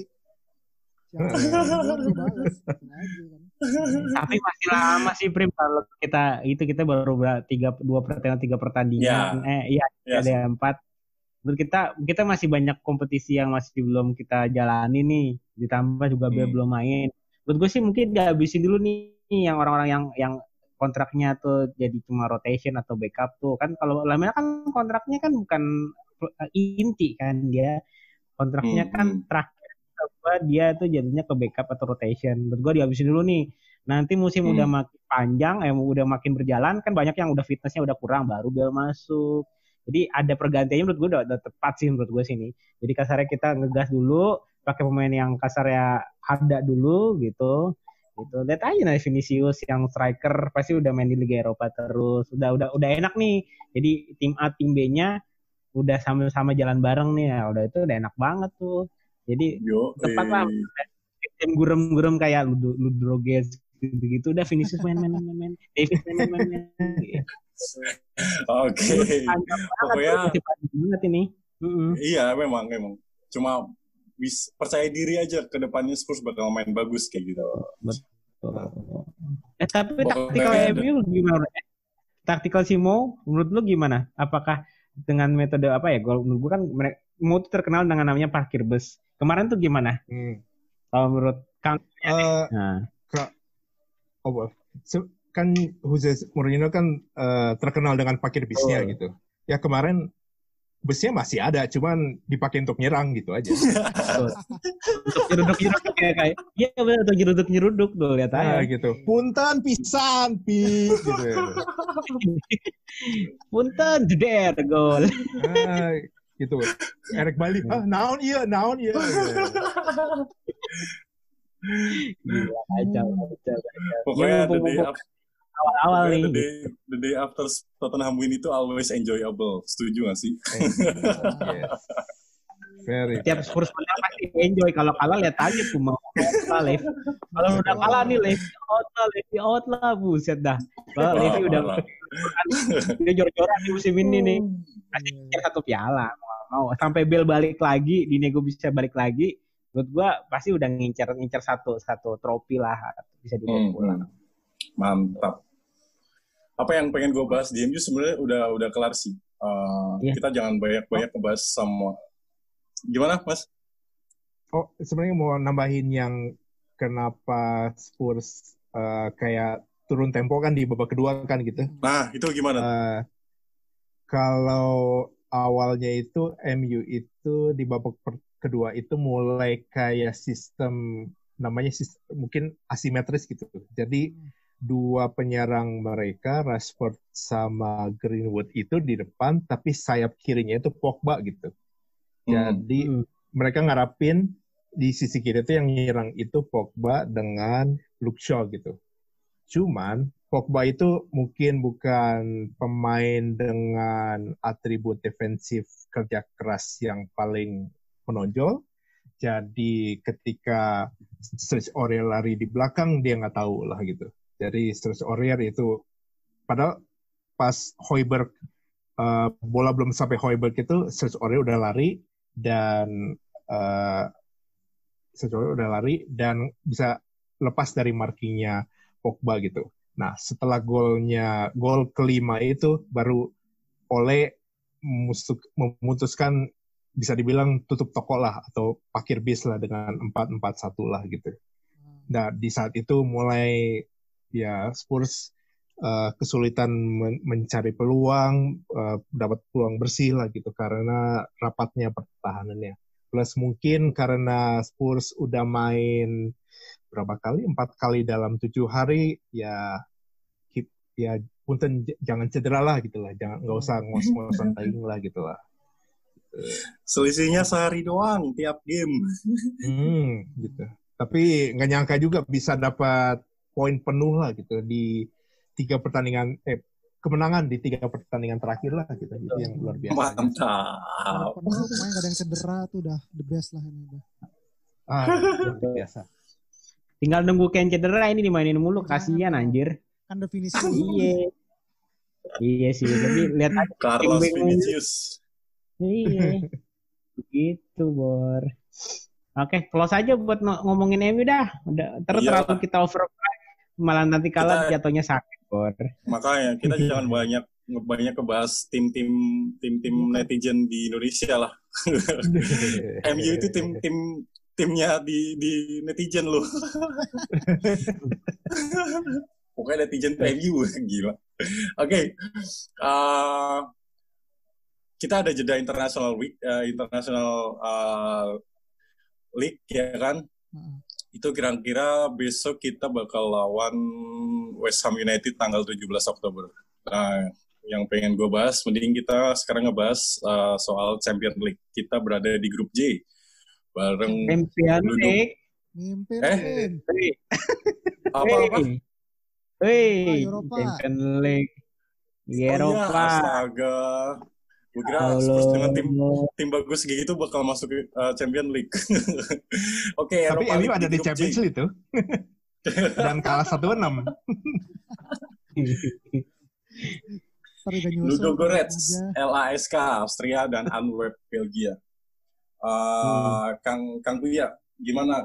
Tapi masih lama sih Prim kalau kita baru 3 pertandingan. Ada 4. Menurut kita masih banyak kompetisi yang masih belum kita jalani nih, ditambah juga belum main. Menurut gue sih mungkin dihabisin dulu nih yang orang-orang yang kontraknya tuh jadi cuma rotation atau backup tuh kan. Kalau Lamela kan kontraknya kan bukan inti kan, dia kontraknya kan terakhir dia tuh jadinya ke backup atau rotation. Menurut gue dihabisin dulu nih. Nanti musim udah makin panjang, udah makin berjalan kan banyak yang udah fitnessnya udah kurang baru Bel masuk. Jadi ada pergantiannya menurut gue udah tepat sih menurut gue sini. Jadi kasarnya kita ngegas dulu, pakai pemain yang kasarnya ada dulu gitu. Lihat aja nih Vinicius yang striker pasti udah main di Liga Eropa terus. Udah enak nih. Jadi tim A tim B-nya udah sama-sama jalan bareng nih. Ya, udah itu udah enak banget tuh. Jadi tepat lah. Tim gurem-gurem kayak Ludroges gitu udah Vinicius main. David main. Oke. Pokoknya banget ini. Iya, memang. Cuma percaya diri aja ke depannya Spurs bakal main bagus kayak gitu. Betul. Tapi taktikal MU gimana? Taktikal Simo menurut lu gimana? Apakah dengan metode apa ya? Menurut gue kan Mo tuh terkenal dengan namanya parkir bus. Kemarin tuh gimana? Kalau menurut Kang kan Jose Mourinho kan terkenal dengan parkir busnya gitu. Ya kemarin busnya masih ada, cuman dipakai untuk nyerang gitu aja. Untuk nyeruduk kayak iya benar untuk nyeruduk tuh lihat aja. Gitu. Punten pisan gitu. Punten jeder gol. Gitu. Erik balik. Naon iya. Gila aja. Pokoknya awal-awal nih. The day after Tottenham win itu always enjoyable. Setuju gak sih? Yes. Tiap Spurs menang pasti enjoy. Kalau kalah lihat aja tuh mau live. Kalau udah kalah nih Levy out lah buset dah. Kalau Levy udah dia jor-joran di musim ini nih. Pasti ngincer 1 piala. Mau sampai Bale balik lagi, Dinego bisa balik lagi. Menurut gua pasti udah ngincer satu trofi lah bisa dibawa pulang. Mantap. Apa yang pengen gue bahas di MU sebenarnya udah kelar sih. Kita jangan banyak ngebahas sama. Gimana, Mas? Sebenarnya mau nambahin yang kenapa Spurs kayak turun tempo kan di babak kedua kan gitu. Nah, itu gimana? Kalau awalnya itu MU itu di babak kedua itu mulai kayak namanya mungkin asimetris gitu. Jadi 2 penyerang mereka, Rashford sama Greenwood itu di depan, tapi sayap kirinya itu Pogba gitu. Jadi mereka ngarapin di sisi kiri itu yang nyerang itu Pogba dengan Luke Shaw gitu. Cuman Pogba itu mungkin bukan pemain dengan atribut defensif kerja keras yang paling menonjol. Jadi ketika Serge Aurier lari di belakang, dia nggak tahu lah gitu. Jadi Serge Aurier itu, padahal pas Højbjerg, bola belum sampai Højbjerg itu, Serge Aurier udah lari, dan bisa lepas dari markingnya Pogba gitu. Nah, setelah gol kelima itu, baru Ole memutuskan bisa dibilang tutup toko lah atau parkir bis lah dengan 4-4-1 lah gitu. Nah, di saat itu mulai ya Spurs kesulitan mencari peluang, dapat peluang bersih lah gitu karena rapatnya pertahanannya. Plus mungkin karena Spurs udah main berapa kali? 4 kali dalam 7 hari, ya punten jangan cedera lah gitu lah, nggak usah ngos-ngosan taing lah gitu lah. Selisihnya sehari doang tiap game. Gitu. Tapi nggak nyangka juga bisa dapat poin penuh lah gitu di 3 pertandingan, kemenangan di 3 pertandingan terakhir lah gitu. Itu yang luar biasa. Mantap. Penuh pemain gak ada yang cedera tuh udah the best lah ini udah. Luar biasa. Tinggal nunggu Ken cedera ini dimainin mulu, kasihan anjir. Kan definisi. Iya sih, tapi lihat aja Carlos Vinicius. Iya. Begitu, Bor. Oke, close aja buat ngomongin MU dah. Udah terlalu kita over, malah nanti kalah jatuhnya sakit, Bor. Makanya kita jangan banyak ngebahas tim-tim netizen di Indonesia lah. MU itu timnya di netizen loh. Pokoknya netizen MU gila. Oke. Kita ada jeda international league ya kan. Itu kira-kira besok kita bakal lawan West Ham United tanggal 17 Oktober. Nah, yang pengen gue bahas, mending kita sekarang ngebahas soal Champions League. Kita berada di grup J bareng Champions League. Apa? Champions League. Eropa. Astaga. Gue kira Spurs dengan tim bagus gitu bakal masuk Champions League. Oke, tapi MU ada di Champions League tuh. Dan kalah 1-6. Ludogorets, LASK, Austria, dan Antwerp, Belgia. Kang Buya, gimana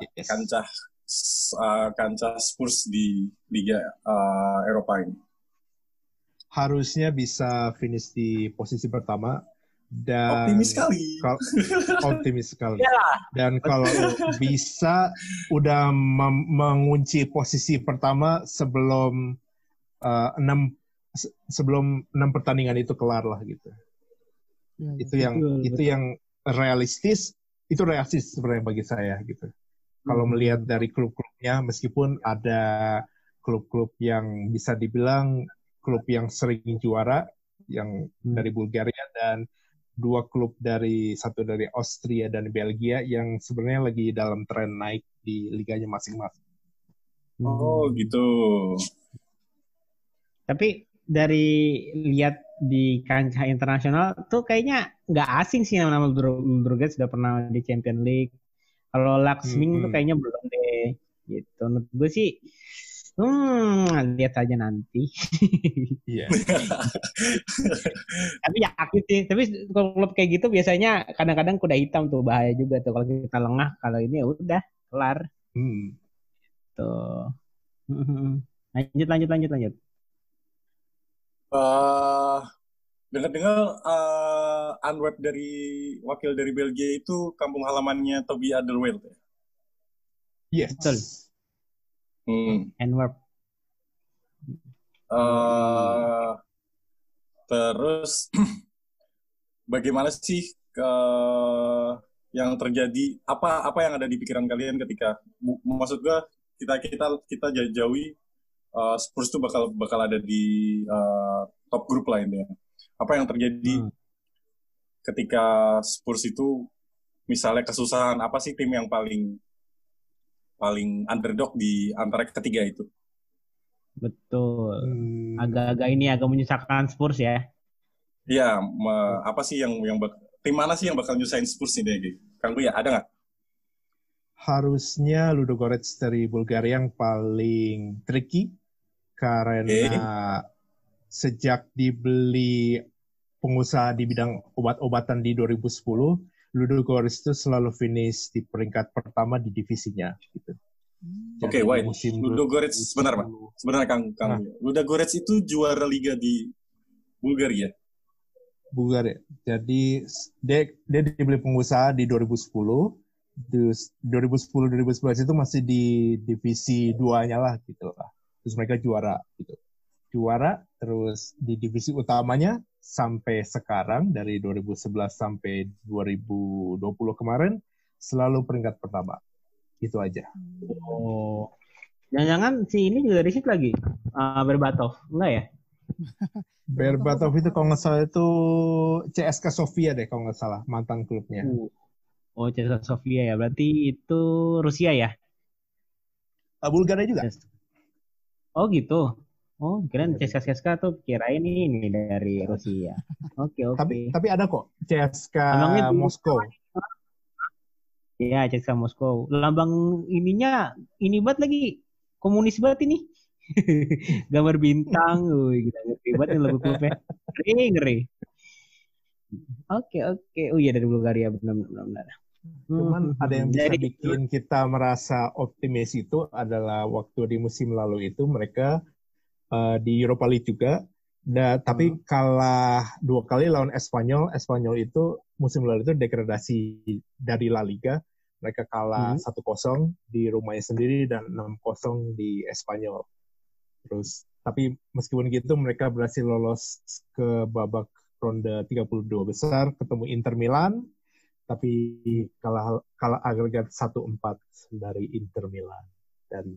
kancah Spurs di Liga Eropa ini? Harusnya bisa finish di posisi pertama dan optimis sekali. Dan kalau bisa udah mengunci posisi pertama sebelum 6 pertandingan itu kelar lah gitu. Itu yang realistis sebenarnya bagi saya gitu. Kalau melihat dari klub-klubnya, meskipun ada klub-klub yang bisa dibilang klub yang sering juara, yang dari Bulgaria, dan 2 klub satu dari Austria dan Belgia yang sebenarnya lagi dalam tren naik di liganya masing-masing. Oh gitu. Tapi dari lihat di kancah internasional tuh kayaknya nggak asing sih nama Ludogorets sudah pernah di Champions League. Kalau Laksming tuh kayaknya belum deh. Gitu. Menurut gue sih lihat aja nanti. Iya. Tapi yakin sih. Tapi kalau klub kayak gitu biasanya kadang-kadang kuda hitam tuh, bahaya juga tuh kalau kita lengah. Kalau ini ya udah kelar. Tuh. Lanjut. Dengar-dengar Antwerp wakil dari Belgia itu kampung halamannya Toby Alderweireld ya? Yes. Betul. Antwerp. Terus bagaimana sih yang terjadi? Apa yang ada di pikiran kalian ketika maksud gue kita jauhi Spurs tuh bakal ada di top grup lainnya. Apa yang terjadi ketika Spurs itu misalnya kesusahan? Apa sih tim yang paling underdog di antara ketiga itu? Betul. Agak menyusahkan Spurs ya. Iya, apa sih tim mana sih yang bakal nyusahin Spurs ini? Kang Bu ya, ada nggak? Harusnya Ludogorets dari Bulgaria yang paling tricky karena sejak dibeli pengusaha di bidang obat-obatan di 2010, Ludogorets itu selalu finish di peringkat pertama di divisinya gitu. Oke, why? Ludogorets sebenarnya Kang. Ludogorets itu juara liga di Bulgaria. Jadi dia dibeli pengusaha di 2010. 2010-2011 itu masih di divisi 2-nya lah gitu lah. Terus mereka juara terus di divisi utamanya sampai sekarang, dari 2011 sampai 2020 kemarin selalu peringkat pertama. Itu aja. Oh. Jangan-jangan si ini juga dari situ lagi. Berbatov. Enggak ya? Berbatov itu kalau nggak salah itu CSKA Sofia deh kalau nggak salah, mantan klubnya. Oh, CSKA Sofia ya. Berarti itu Rusia ya? Bulgaria juga. Oh gitu. Oh, kirain CSKA tuh kirain ini dari Rusia. Oke. Tapi ada kok CSKA Moskow. Iya, CSKA Moskow. Lambang ininya ini banget lagi. Komunis banget ini. Gambar bintang. Kita ngerti banget nih logo klubnya. Ngeri. Oke. Oh iya dari Bulgaria benar. Cuman ada yang bisa bikin kita merasa optimis itu adalah waktu di musim lalu itu mereka di Europa League juga, tapi kalah 2 kali lawan Espanyol. Espanyol itu musim lalu itu degradasi dari La Liga. Mereka kalah 1-0 di rumahnya sendiri dan 6-0 di Espanyol. Terus, tapi meskipun gitu mereka berhasil lolos ke babak ronde 32 besar, ketemu Inter Milan, tapi kalah agregat 1-4 dari Inter Milan. Dan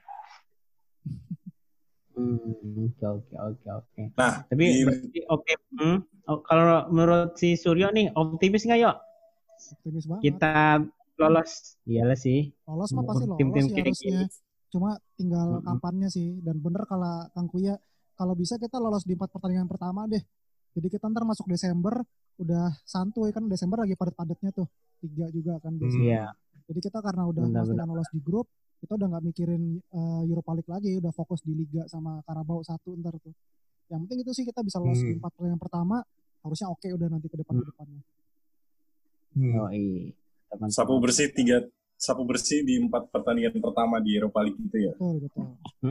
Oke. Nah, tapi oke. Kalau menurut si Suryo nih, optimis nggak yuk? Optimis banget. Kita lolos, iyalah sih. Lolos mah pasti lolos tim-tim sih harusnya. Cuma tinggal kapannya sih. Dan bener kalau Kang Kuya, kalau bisa kita lolos di 4 pertandingan pertama deh. Jadi kita ntar masuk Desember udah santuy kan, Desember lagi padat-padatnya tuh. 3 juga kan biasanya. Iya. Jadi kita karena udah pastikan lolos di grup, kita udah nggak mikirin Europa League lagi, udah fokus di Liga sama Carabao 1 ntar tuh. Yang penting itu sih kita bisa lolos di 4 pertandingan pertama, harusnya oke udah nanti ke depannya. Oh iya. Sapu bersih di 4 pertandingan pertama di Europa League gitu ya. Betul.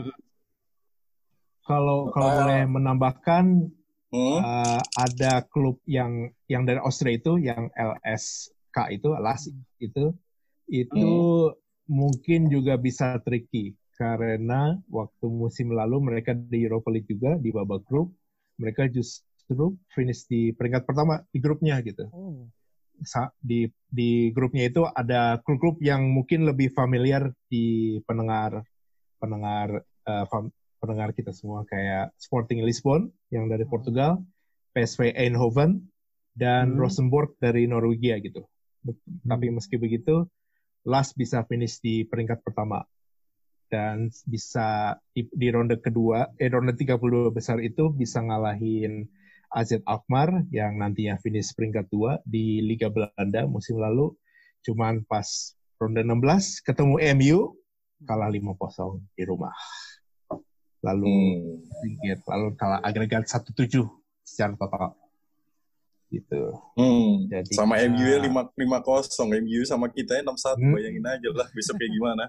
Kalau boleh menambahkan, ada klub yang dari Austria itu, yang LSK itu, itu mungkin juga bisa tricky karena waktu musim lalu mereka di Europa League juga di babak grup, mereka justru finish di peringkat pertama di grupnya gitu. Di grupnya itu ada klub-klub yang mungkin lebih familiar di pendengar kita semua, kayak Sporting Lisbon yang dari Portugal, PSV Eindhoven, dan Rosenborg dari Norwegia gitu. Tapi meski begitu, LAS bisa finish di peringkat pertama dan bisa di ronde kedua, ronde 32 besar itu bisa ngalahin AZ Alkmaar yang nantinya finish peringkat 2 di Liga Belanda musim lalu. Cuman pas ronde 16 ketemu MU, kalah 5-0 di rumah. Lalu kalah agregat 1-7 secara total. Gitu. Jadi, sama MU 5-0, MU sama kita 6-1, bayangin aja lah bisa kayak gimana.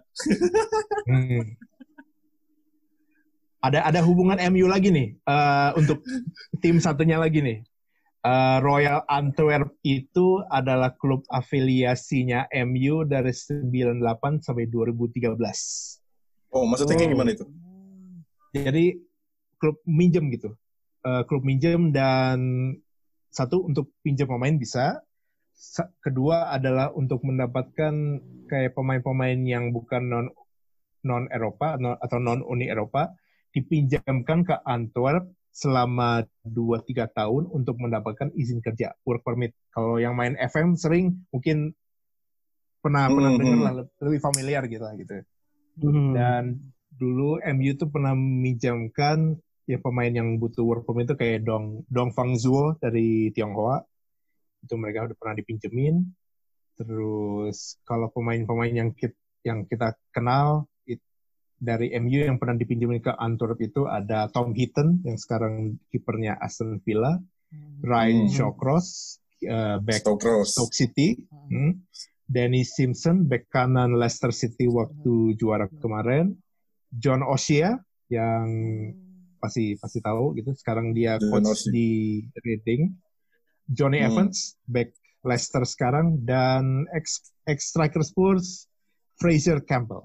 Ada hubungan MU lagi nih, untuk tim satunya lagi nih. Royal Antwerp itu adalah klub afiliasinya MU dari 98 sampai 2013. Oh, maksudnya kayak gimana itu? Jadi klub minjem gitu. Klub minjem, dan satu untuk pinjam pemain bisa. Kedua adalah untuk mendapatkan kayak pemain-pemain yang bukan non Eropa atau non Uni Eropa, dipinjamkan ke Antwerp selama 2-3 tahun untuk mendapatkan izin kerja, work permit. Kalau yang main FM sering mungkin pernah dengar lah, lebih familiar gitu. Dan dulu MU tuh pernah meminjamkan ya pemain yang butuh work permit itu kayak Dong Fang Zuo dari Tionghoa. Itu mereka udah pernah dipinjemin. Terus kalau pemain-pemain yang kita kenal dari MU yang pernah dipinjemin ke Antwerp itu ada Tom Heaton yang sekarang kipernya Aston Villa, Ryan Shawcross, back Stoke City, Danny Simpson, back kanan Leicester City waktu juara kemarin, John O'Shea yang pasti tahu gitu, sekarang dia coach di Reading, Johnny Evans, back Leicester sekarang, dan ex-striker Spurs Fraser Campbell.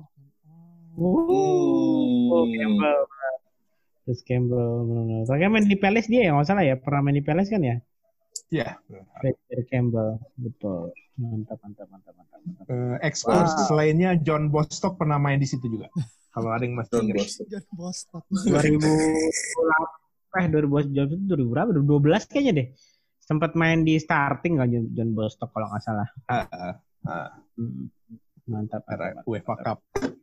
Campbell. Terus Campbell. Soalnya main di Palace dia ya, nggak salah ya, pernah main di Palace kan ya? Iya. Fraser Campbell, betul. Mantap. Export lainnya John Bostock pernah main di situ juga. Kalau ada yang masih ingat. John Bostock. 2000 berapa? 2012 kayaknya deh. Sempat main di starting kan John Bostock kalau nggak salah. Mantap. UEFA Cup.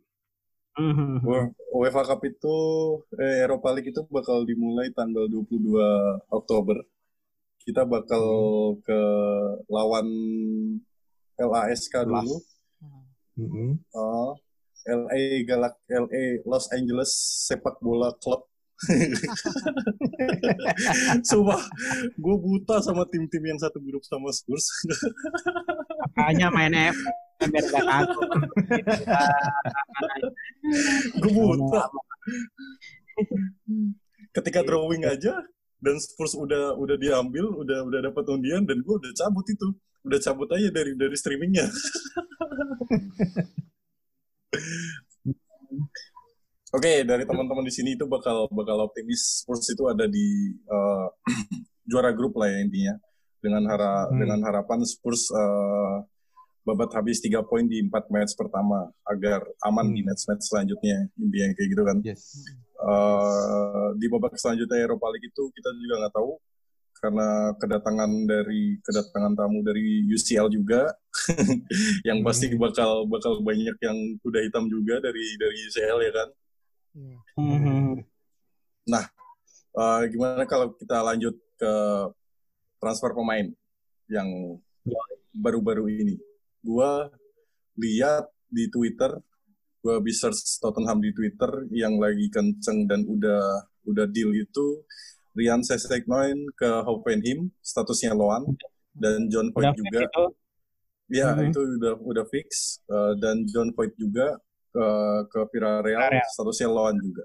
UEFA Cup itu Europa League itu bakal dimulai tanggal 22 Oktober. Kita bakal ke lawan LASK dulu. LA Los Angeles Sepak Bola Club. Sumpah, gue buta sama tim-tim yang satu grup sama Spurs. Makanya main F biar gak takut. Gue buta. Ketika drawing aja dan Spurs udah diambil, udah dapat undian dan gue udah cabut itu. Udah cabut aja dari streamingnya. Oke, dari teman-teman di sini itu bakal optimis Spurs itu ada di juara grup lah ya intinya. Dengan harapan Spurs babat habis 3 poin di 4 match pertama agar aman di match-match selanjutnya, intinya kayak gitu kan. Yes. Di babak selanjutnya Europa League itu kita juga nggak tahu karena kedatangan tamu dari UCL juga yang pasti bakal banyak yang kuda hitam juga dari UCL ya kan. Nah, gimana kalau kita lanjut ke transfer pemain yang baru-baru ini? Gua lihat di Twitter, gua bisa search Tottenham di Twitter yang lagi kenceng dan udah deal itu Ryan Sessegnon ke Hoffenheim, statusnya loan, dan John Voigt juga. Ya, itu udah fix. Dan John Voigt juga ke Villarreal, statusnya loan juga.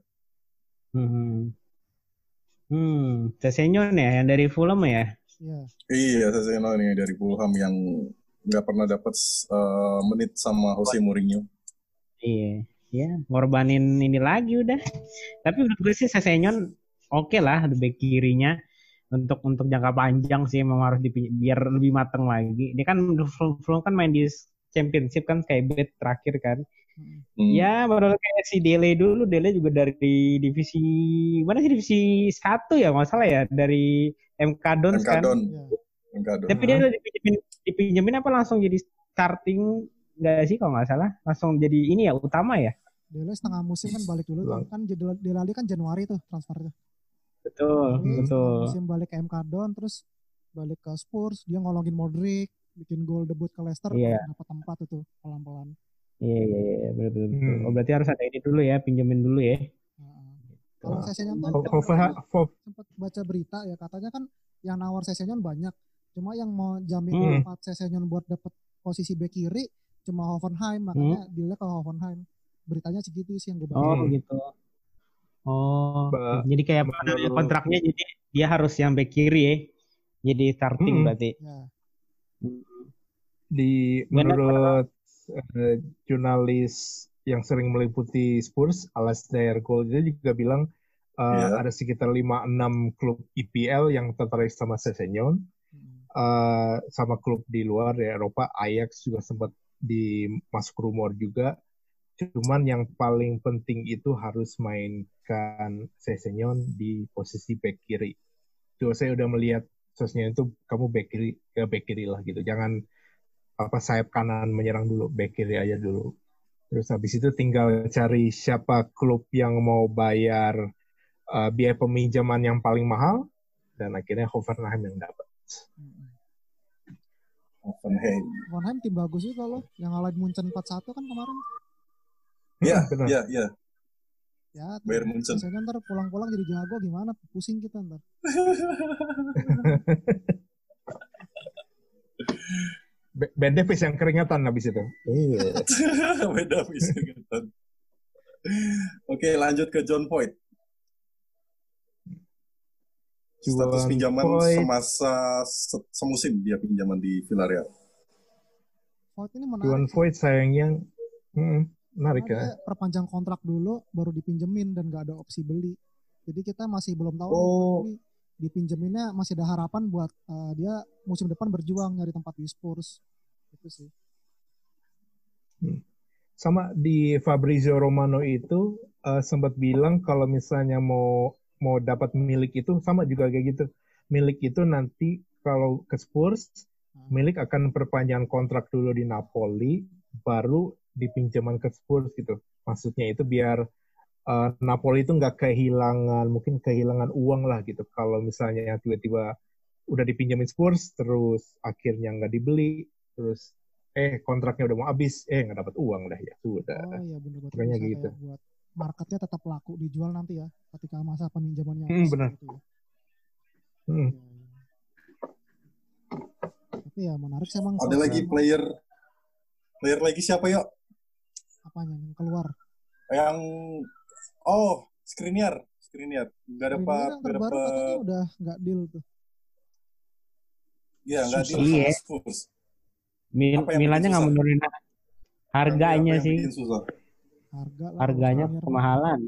Sessegnon ya, yang dari Fulham ya? Iya, Sessegnon yang dari Fulham yang nggak pernah dapat menit sama Jose Mourinho. Iya, ngorbanin ini lagi udah. Tapi menurut gue sih Sessegnon oke lah, back kirinya untuk jangka panjang sih memang harus biar lebih mateng lagi. Dia kan Fulham kan main di Championship kan kayak bet terakhir kan. Ya baru kayak si Dele dulu, Dele juga dari divisi mana sih, divisi 1 ya nggak salah ya, dari MK Dons kan. Tapi dia udah dipinjemin apa langsung jadi starting nggak sih kalau nggak salah, langsung jadi ini ya utama ya. Dele setengah musim kan balik dulu kan Dele Alli kan Januari tuh transfernya. Betul. Musim balik ke MK Don, terus balik ke Spurs, dia ngolongin Modric, bikin gol debut ke Leicester, dapat tempat itu pelan-pelan. Iya, betul. Oh, berarti harus ada ini dulu ya, pinjemin dulu ya. Kalau Sessegnon tuh sempat baca berita ya, katanya kan yang nawar Sessegnon banyak, cuma yang mau jamin tempat Sessegnon buat dapat posisi bek kiri cuma Hoffenheim, makanya dealnya ke Hoffenheim. Beritanya segitu sih yang gue baca. Oh gitu. Jadi kayak kontraknya jadi dia harus yang back kiri ya. Jadi starting berarti. Menurut jurnalis yang sering meliputi Spurs, Alasdair Gold, dia juga bilang ada sekitar 5-6 klub EPL yang tertarik sama Sessegnon. Sama klub di luar ya Eropa, Ajax juga sempat masuk rumor juga. Cuman yang paling penting itu harus mainkan Sessegnon di posisi back kiri. Itu saya udah melihat Sessegnon itu kamu back kiri lah gitu. Jangan sayap kanan menyerang dulu, back kiri aja dulu. Terus habis itu tinggal cari siapa klub yang mau bayar biaya peminjaman yang paling mahal, dan akhirnya Hoffenheim yang dapat. Hoffenheim tim bagus juga loh, yang ngalahin Munchen 4-1 kan kemarin. Iya. Ya, Bayern Munchen. Sessegnon ntar pulang-pulang jadi jago gimana? Pusing kita ntar. Ben Davies yang keringatan habis itu. Ben Davies keringatan. Oke, lanjut ke John Voigt. Status pinjaman semasa semusim dia pinjaman di Villarreal. Voigt ini menarik. John Voigt sayangnya menarik ya. Perpanjang kontrak dulu baru dipinjemin dan nggak ada opsi beli. Jadi kita masih belum tahu nih, dipinjeminnya masih ada harapan buat dia musim depan berjuang nyari tempat di Spurs. Itu sih. Sama di Fabrizio Romano itu sempat bilang kalau misalnya mau dapat milik itu sama juga kayak gitu. Milik itu nanti kalau ke Spurs, milik akan perpanjang kontrak dulu di Napoli, baru dipinjaman ke Spurs gitu. Maksudnya itu biar Napoli itu nggak kehilangan uang lah gitu. Kalau misalnya tiba-tiba udah dipinjamin Spurs, terus akhirnya nggak dibeli, terus kontraknya udah mau habis, nggak dapat uang dah ya sudah. Oh iya benar-benar Pokoknya bisa gitu. kayak buat marketnya tetap laku dijual nanti ya ketika masa peminjamannya habis. Benar. Gitu ya. Tapi ya menarik sih emang. Ada lagi player lagi siapa yuk? Apanya yang keluar? Yang Skriniar. Nggak dapat. Yang terbaru katanya udah nggak deal tuh. Iya nggak deal sama Spurs. Milannya nggak menurunin harganya sih. Harganya kemahalan.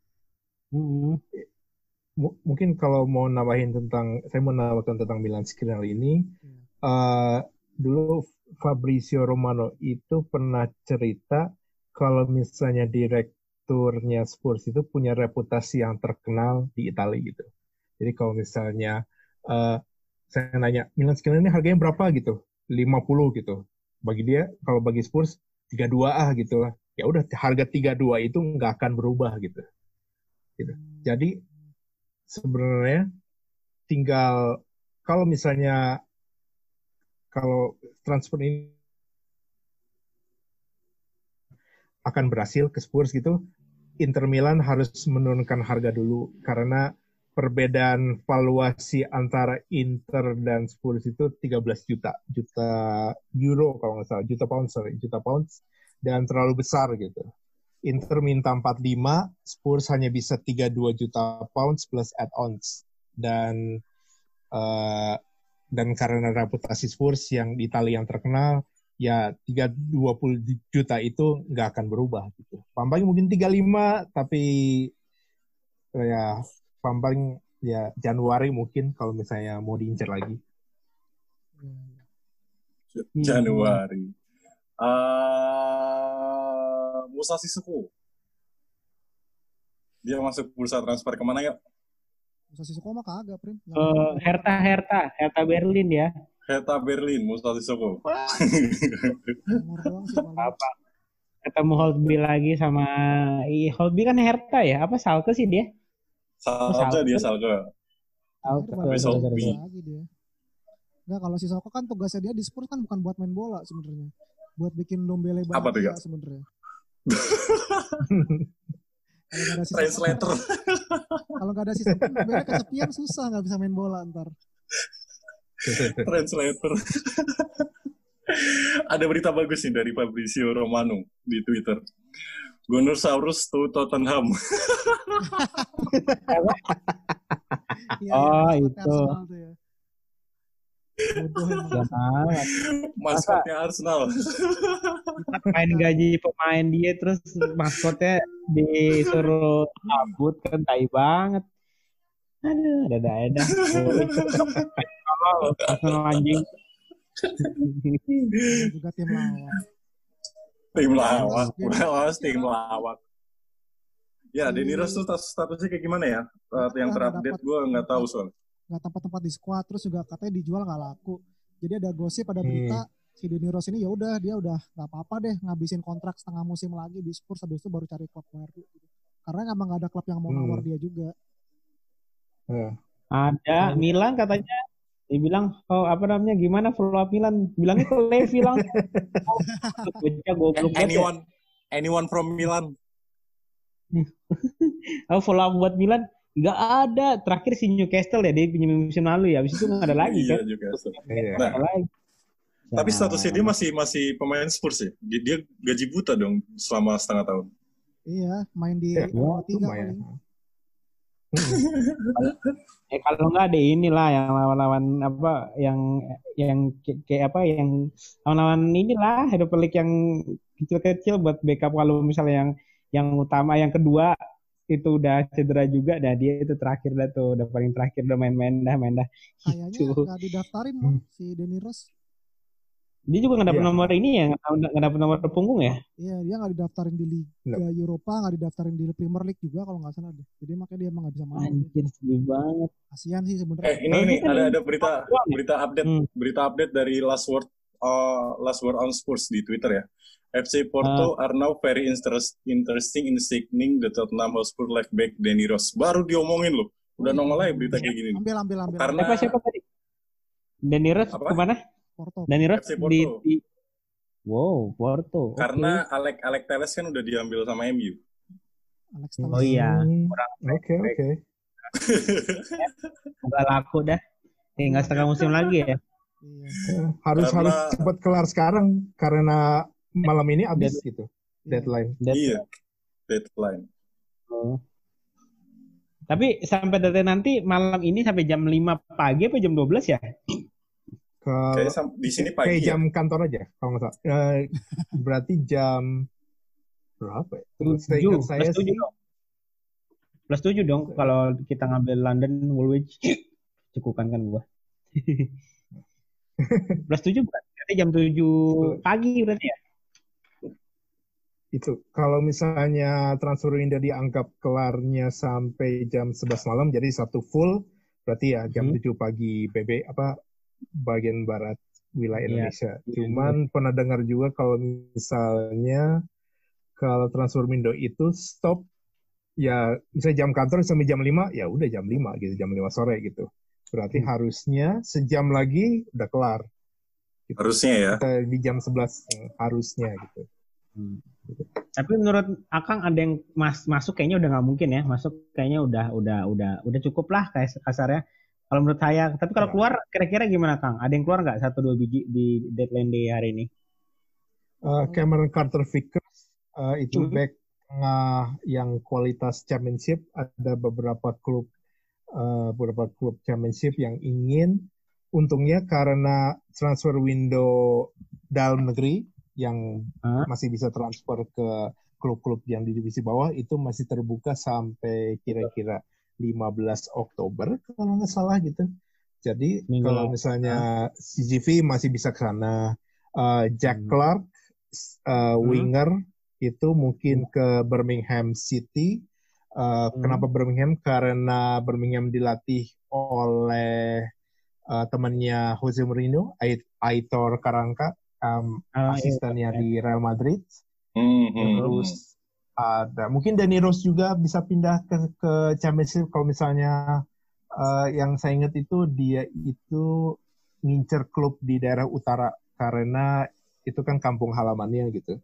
Mungkin kalau mau saya mau nambahkan tentang Milan Skriniar ini, dulu Fabrizio Romano itu pernah cerita kalau misalnya direkturnya Spurs itu punya reputasi yang terkenal di Italia gitu. Jadi kalau misalnya saya nanya, Milan Skriniar ini harganya berapa gitu? 50 gitu. Bagi dia, kalau bagi Spurs 32 gitu lah. Ya udah harga 32 itu nggak akan berubah gitu. Jadi sebenarnya tinggal kalau misalnya kalau transfer ini akan berhasil ke Spurs gitu, Inter Milan harus menurunkan harga dulu karena perbedaan valuasi antara Inter dan Spurs itu 13 juta euro kalau nggak salah, juta pounds dan terlalu besar gitu. Inter minta 45, Spurs hanya bisa 32 juta pounds plus add-ons. Dan karena reputasi Spurs yang di Italia yang terkenal, ya 20 juta itu nggak akan berubah gitu. Paling mungkin 35, tapi ya paling ya Januari mungkin kalau misalnya mau diincar lagi. Januari. Musa Sissoko. Dia masuk bursa transfer kemana ya? Musa Sissoko mah kagak, Prim. Hertha Berlin ya. Hertha Berlin, Musa Sissoko. Apa? Ketemu Holtby lagi sama Holtby kan Hertha ya? Apa Schalke sih dia? Schalke. Enggak, kalau Sissoko kan tugasnya dia di Spurs kan bukan buat main bola sebenarnya. Buat bikin Dombele bahagia sebenarnya. Translator. Kalau nggak ada Sissoko, Dombele kesepian susah, nggak bisa main bola ntar. Translator. Ada berita bagus nih dari Fabrizio Romano di Twitter. Gunnersaurus to Tottenham. Itu. Maskotnya Arsenal. Main gaji pemain dia terus maskotnya disuruh cabut kan, tai banget. Aduh, ada. Arsenal anjing. Juga tim lawak. Ya, Denny Rose tuh statusnya kayak gimana ya? Yang terupdate gue nggak tahu soal. Nggak tempat di squad, terus juga katanya dijual nggak laku. Jadi ada gosip, ada berita si Denny Rose ini ya udah dia udah nggak apa-apa deh ngabisin kontrak setengah musim lagi di Spurs, habis itu baru cari klub baru. Karena emang nggak ada klub yang mau nawar dia juga. Ada Milan katanya, dibilang gimana follow up Milan? Bilangnya ke Levi langsung. Anyone from Milan? Follow up buat Milan nggak ada. Terakhir si Newcastle ya, dia pinjam musim lalu ya. Habis itu nggak ada lagi kan? Tapi statusnya dia masih pemain Spurs ya. Dia gaji buta dong selama setengah tahun. Iya, main di 3 paling. Kalau nggak ada inilah yang lawan-lawan yang lawan-lawan inilah Europa League yang kecil-kecil buat backup kalau misalnya yang utama, yang kedua itu udah cedera juga, dah dia itu terakhir dah tuh, udah paling terakhir udah main dah. Kayaknya nggak didaftarin si Denny Rose. Dia juga nggak dapat Iya. nomor ini ya, nggak dapat nomor punggung ya? Iya, dia nggak didaftarin di Liga Eropa, nggak didaftarin di Premier League juga kalau nggak salah deh. Jadi makanya dia emang nggak bisa main. Anjir, sedih banget. Kasihan sih sebenarnya. Ini ada berita update dari Last Word on Spurs di Twitter ya. FC Porto are now very interesting in signing the Tottenham Hotspur left back Danny Rose. Baru diomongin loh. Udah nongol aja berita kayak gini. Ambil. Karena siapa tadi? Danny Rose kemana? Porto. Danny Rose FC Porto. Wow, Porto. Karena Alex Telles kan udah diambil sama MU. Alex Telles. Oh iya. Oke. Udah laku dah. Tinggal setengah musim lagi ya. Iya. Harus cepat kelar sekarang karena malam ini habis gitu. Deadline. Iya. Deadline. Tapi sampai deadline nanti malam ini sampai jam 5 pagi apa jam 12 ya? Di sini pagi. Kayak jam kantor aja kalau nggak salah. Berarti jam berapa ya? Plus 7 dong kalau kita ngambil London Woolwich. Cukupan kan gua. Plus 7 berarti jam 7 pagi berarti ya? Itu kalau misalnya transfer window dianggap kelarnya sampai jam 11 malam jadi satu full berarti ya jam 7 pagi bagian barat wilayah Indonesia. Cuman pernah dengar juga kalau misalnya kalau transfer window itu stop ya misalnya jam kantor sampai jam 5 ya udah jam 5 gitu, jam 5 sore gitu. Berarti harusnya sejam lagi udah kelar. Gitu. Harusnya ya. Di jam 11 harusnya gitu. Tapi menurut Akang ada yang masuk kayaknya udah nggak mungkin ya. Masuk kayaknya udah cukup lah kayak kasarnya. Kalau menurut saya. Tapi kalau keluar kira-kira gimana Kang? Ada yang keluar nggak 1-2 biji di deadline day hari ini? Cameron Carter-Vickers itu back yang kualitas championship. Ada beberapa klub championship yang ingin. Untungnya karena transfer window dalam negeri yang masih bisa transfer ke klub-klub yang di divisi bawah itu masih terbuka sampai kira-kira 15 Oktober kalau nggak salah gitu. Jadi kalau misalnya CGV masih bisa ke sana, Jack Clark winger itu mungkin ke Birmingham City. Kenapa Birmingham? Karena Birmingham dilatih oleh temannya Jose Mourinho, Aitor Karanka. Asistennya di Real Madrid. Terus ada mungkin Danny Rose juga bisa pindah ke Championship kalau misalnya yang saya ingat itu dia itu ngincer klub di daerah utara karena itu kan kampung halamannya gitu.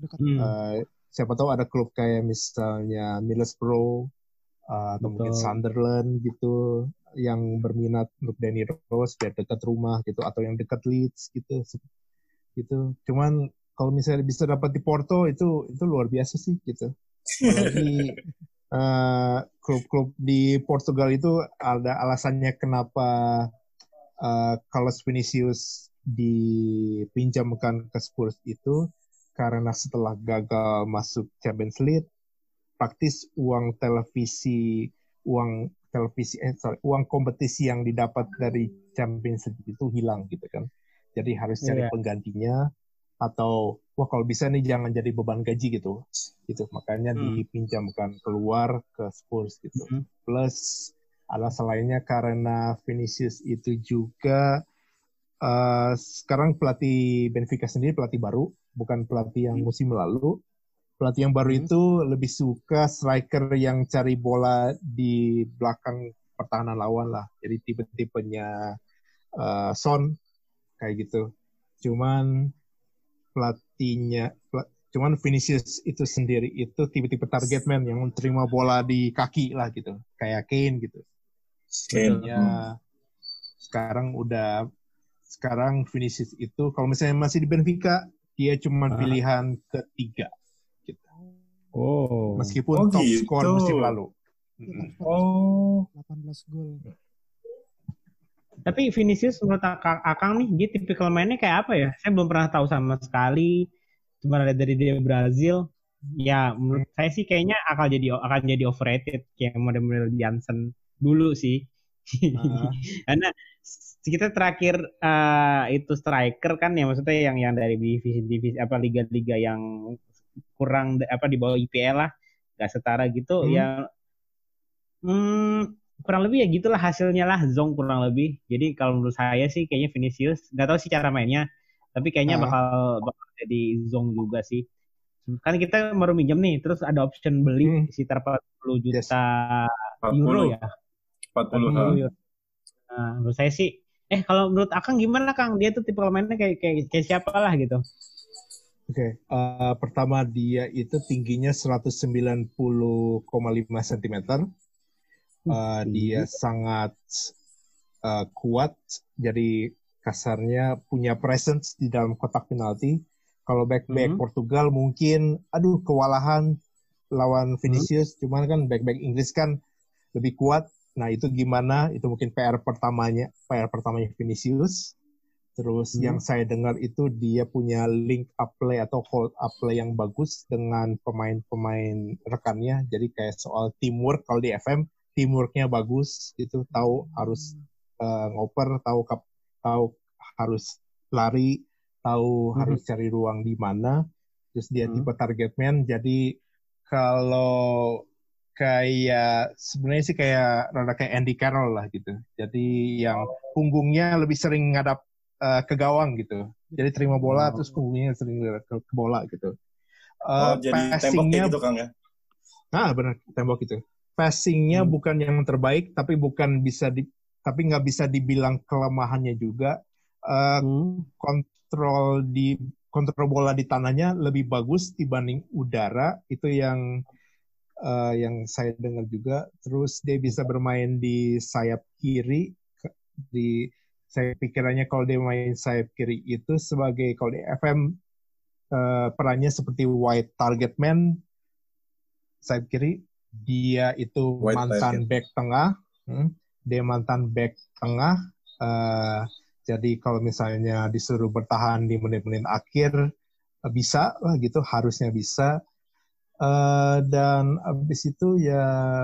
Siapa tahu ada klub kayak misalnya Middlesbrough atau mungkin Sunderland gitu yang berminat untuk Danny Rose biar dekat rumah gitu atau yang dekat Leeds gitu. Cuman kalau misalnya bisa dapat di Porto itu luar biasa sih gitu. Apalagi klub-klub di Portugal itu ada alasannya kenapa Carlos Vinicius dipinjamkan ke Spurs itu karena setelah gagal masuk Champions League praktis uang kompetisi yang didapat dari Champions League itu hilang gitu kan. Jadi harus cari penggantinya atau kalau bisa nih jangan jadi beban gaji gitu. Makanya dipinjamkan keluar ke Spurs gitu. Plus alasan lainnya karena Vinicius itu juga sekarang pelatih Benfica sendiri pelatih baru, bukan pelatih yang musim lalu. Pelatih yang baru itu lebih suka striker yang cari bola di belakang pertahanan lawan lah. Jadi tipe-tipenya Son kayak gitu. Cuman Vinicius itu sendiri itu tipe-tipe target man yang menerima bola di kaki lah gitu, kayak Kane gitu. Sekarang Vinicius itu kalau misalnya masih di Benfica dia cuma pilihan ketiga gitu. Meskipun top skor musim lalu. 18 gol. Tapi Vinicius menurut Akang nih, dia tipikal mainnya kayak apa ya? Saya belum pernah tahu sama sekali. Cuma ada dari dia Brazil. Ya, menurut saya sih kayaknya akan jadi overrated kayak model-model Jansen dulu sih. Karena kita terakhir itu striker kan ya, maksudnya yang dari divisi apa liga-liga yang kurang apa di bawah IPL lah, nggak setara gitu ya. Kurang lebih ya gitulah hasilnya lah, Zong kurang lebih. Jadi kalau menurut saya sih kayaknya Vinicius, nggak tahu sih cara mainnya, tapi kayaknya bakal jadi Zong juga sih. Kan kita baru minjem nih, terus ada option beli sekitar 40 juta euro ya. 40 euro. Nah, menurut saya sih, kalau menurut Akang gimana Kang? Dia tuh tipe mainnya kayak siapa lah gitu. Oke. Pertama dia itu tingginya 190,5 cm. Dia sangat kuat, jadi kasarnya punya presence di dalam kotak penalti. Kalau back-back Portugal mungkin, kewalahan lawan Vinicius, cuman kan back-back Inggris kan lebih kuat. Nah itu gimana? Itu mungkin PR pertamanya Vinicius. Terus yang saya dengar itu dia punya link up play atau hold up play yang bagus dengan pemain-pemain rekannya. Jadi kayak soal teamwork, kalau di FM teamworknya bagus, itu tahu harus ngoper, tahu harus lari, tahu harus cari ruang di mana. Terus dia tipe target man. Jadi kalau kayak sebenarnya sih kayak rada kayak Andy Carroll lah gitu. Jadi yang punggungnya lebih sering ngadap ke gawang gitu. Jadi terima bola terus punggungnya sering ke bola gitu. Jadi tembok kayak gitu Kang ya? Nah benar, tembok itu. Passingnya bukan yang terbaik, tapi tapi nggak bisa dibilang kelemahannya juga. Kontrol bola di tanahnya lebih bagus dibanding udara. Itu yang saya dengar juga. Terus dia bisa bermain di sayap kiri. Saya pikirannya kalau dia main sayap kiri itu sebagai, kalau di FM perannya seperti wide target man, sayap kiri. Dia itu mantan back tengah. Dia mantan back tengah. Jadi kalau misalnya disuruh bertahan di menit-menit akhir, bisa lah gitu, harusnya bisa. Dan abis itu ya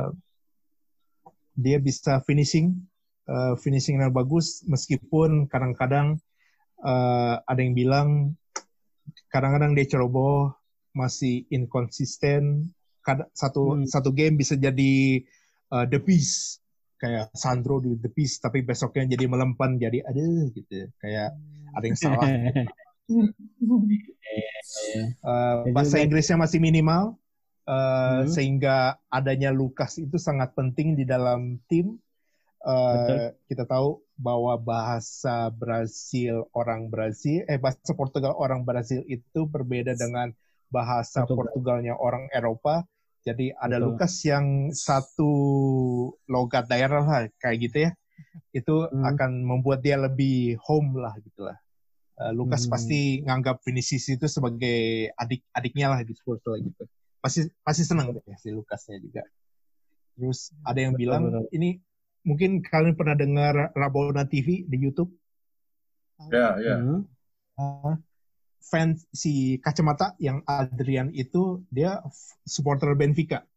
dia bisa finishing yang bagus, meskipun kadang-kadang ada yang bilang kadang-kadang dia ceroboh, masih inkonsisten. Satu game bisa jadi The Beast, kayak Sandro di The Beast, tapi besoknya jadi melempan, jadi gitu, kayak ada yang salah. Bahasa Inggrisnya masih minimal, sehingga adanya Lucas itu sangat penting di dalam tim. Kita tahu bahwa bahasa Portugal orang Brazil itu berbeda dengan bahasa Portugalnya orang Eropa. Jadi ada Lucas yang satu logat daerah lah, kayak gitu ya. Itu akan membuat dia lebih home lah gitu lah. Lucas pasti nganggap Vinicius itu sebagai adiknya lah di Spurs lah gitu. Pasti senang deh si Lucasnya juga. Terus ada yang bilang ini, mungkin kalian pernah dengar Rabona TV di YouTube? Ya. Fans si kacamata yang Adrian itu dia supporter Benfica.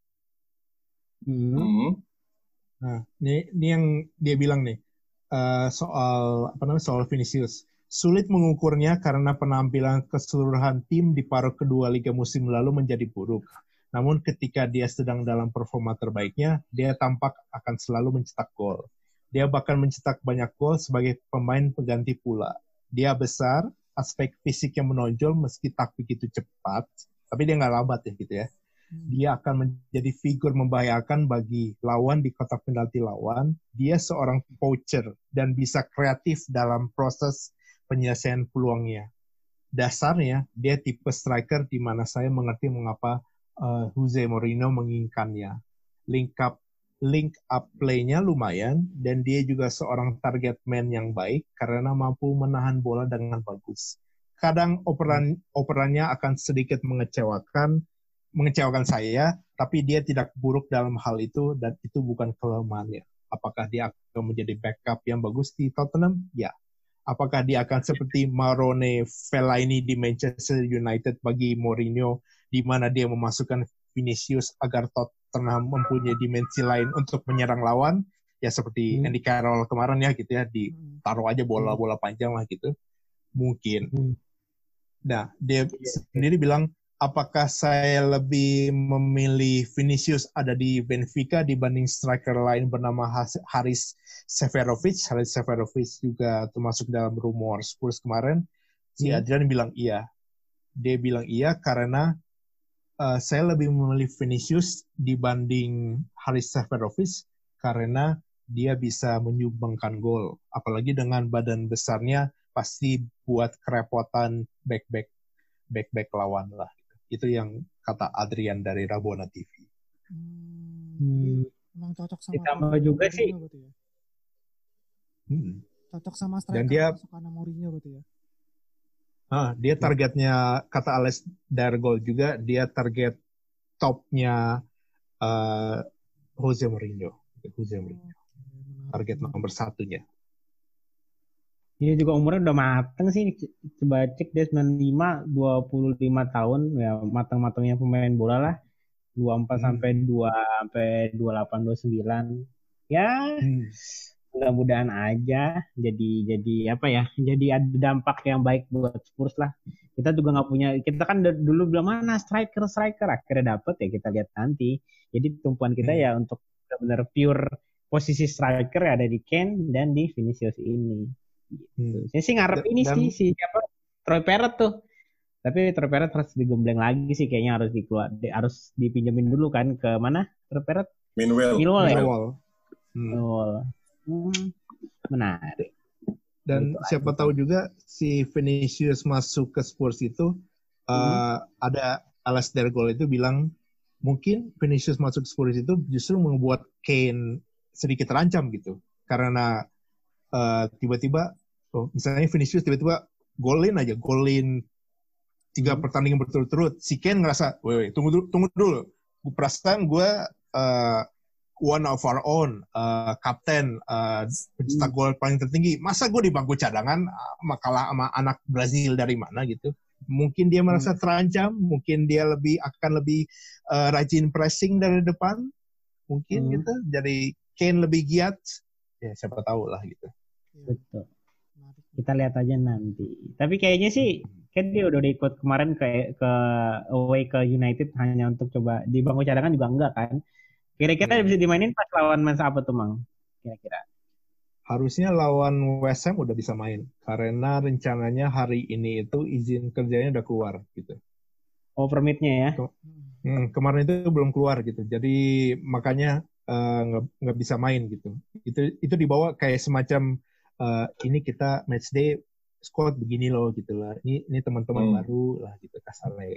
Nah, ini yang dia bilang nih soal Vinicius. Sulit mengukurnya karena penampilan keseluruhan tim di paruh kedua liga musim lalu menjadi buruk. Namun ketika dia sedang dalam performa terbaiknya, dia tampak akan selalu mencetak gol. Dia bahkan mencetak banyak gol sebagai pemain pengganti pula. Dia besar, aspek fisiknya menonjol meski tak begitu cepat, tapi dia nggak lambat ya gitu ya. Dia akan menjadi figur membahayakan bagi lawan di kotak penalti lawan. Dia seorang poacher dan bisa kreatif dalam proses penyelesaian peluangnya. Dasarnya, dia tipe striker di mana saya mengerti mengapa Jose Mourinho menginginkannya. Link up play-nya lumayan, dan dia juga seorang target man yang baik karena mampu menahan bola dengan bagus. Kadang operannya akan sedikit mengecewakan saya, tapi dia tidak buruk dalam hal itu, dan itu bukan kelemahannya. Apakah dia akan menjadi backup yang bagus di Tottenham? Ya. Apakah dia akan seperti Marone Fellaini di Manchester United bagi Mourinho, di mana dia memasukkan Vinicius agar Tottenham mempunyai dimensi lain untuk menyerang lawan? ya seperti Andy Carroll kemarin ya gitu ya, ditaruh aja bola-bola panjang lah gitu. Mungkin. Nah, dia sendiri bilang, apakah saya lebih memilih Vinicius ada di Benfica dibanding striker lain bernama Haris Seferovic. Haris Seferovic juga termasuk dalam rumor Spurs kemarin. Si Adrian bilang iya. Dia bilang iya karena saya lebih memilih Vinicius dibanding Haris Seferovic karena dia bisa menyumbangkan gol. Apalagi dengan badan besarnya pasti buat kerepotan back lawan lah. Itu yang kata Adrian dari Rabona TV. Emang cocok sama ditambah juga sih. Ya? Cocok sama striker dan dia kesukaan Mourinho berarti ya. Dia targetnya kata Alex Dargol juga, dia target topnya Jose Mourinho. Target nomor satunya. Dia juga umurnya udah mateng sih. Coba cek dia 95, 25 tahun. Ya mateng-matengnya pemain bola lah. 24 sampai 28, 29. Ya, mudah-mudahan aja. Jadi apa ya? Jadi ada dampak yang baik buat Spurs lah. Kita juga nggak punya. Kita kan dulu bilang mana striker. Akhirnya dapet ya, kita lihat nanti. Jadi tumpuan kita ya untuk benar-benar pure posisi striker ada di Kane dan di Vinicius ini. Saya sih ngarep ini sih si siapa Troy Parrott tuh, tapi Troy Parrott harus digembleng lagi sih kayaknya, harus dipinjemin dulu kan ke mana Troy Parrott? Millwall ya. Menarik. Dan siapa tahu juga si Vinicius masuk ke Spurs itu ada Alex Dargol itu bilang mungkin Vinicius masuk ke Spurs itu justru membuat Kane sedikit terancam gitu karena tiba-tiba misalnya Vinicius tiba-tiba golin 3 pertandingan berturut-turut, si Kane ngerasa, tunggu dulu, gue perasaan gue one of our own, kapten, pencetak gol paling tertinggi, masa gue di bangku cadangan kalah sama anak Brazil dari mana gitu. Mungkin dia merasa terancam, mungkin dia akan lebih rajin pressing dari depan, mungkin gitu, jadi Kane lebih giat, ya siapa tahu lah gitu. Betul. Kita lihat aja nanti. Tapi kayaknya sih kan dia udah ikut kemarin ke away ke United hanya untuk coba di bangku cadangan juga enggak kan. Kira-kira bisa dimainin pas lawan match apa tuh, Mang? Kira-kira. Harusnya lawan West Ham udah bisa main karena rencananya hari ini itu izin kerjanya udah keluar gitu. Oh, permitnya ya. Kemarin itu belum keluar gitu. Jadi makanya nggak bisa main gitu. Itu dibawa kayak semacam ini kita match day squad begini loh gitu lah. Ini teman-teman baru lah gitu kasarnya.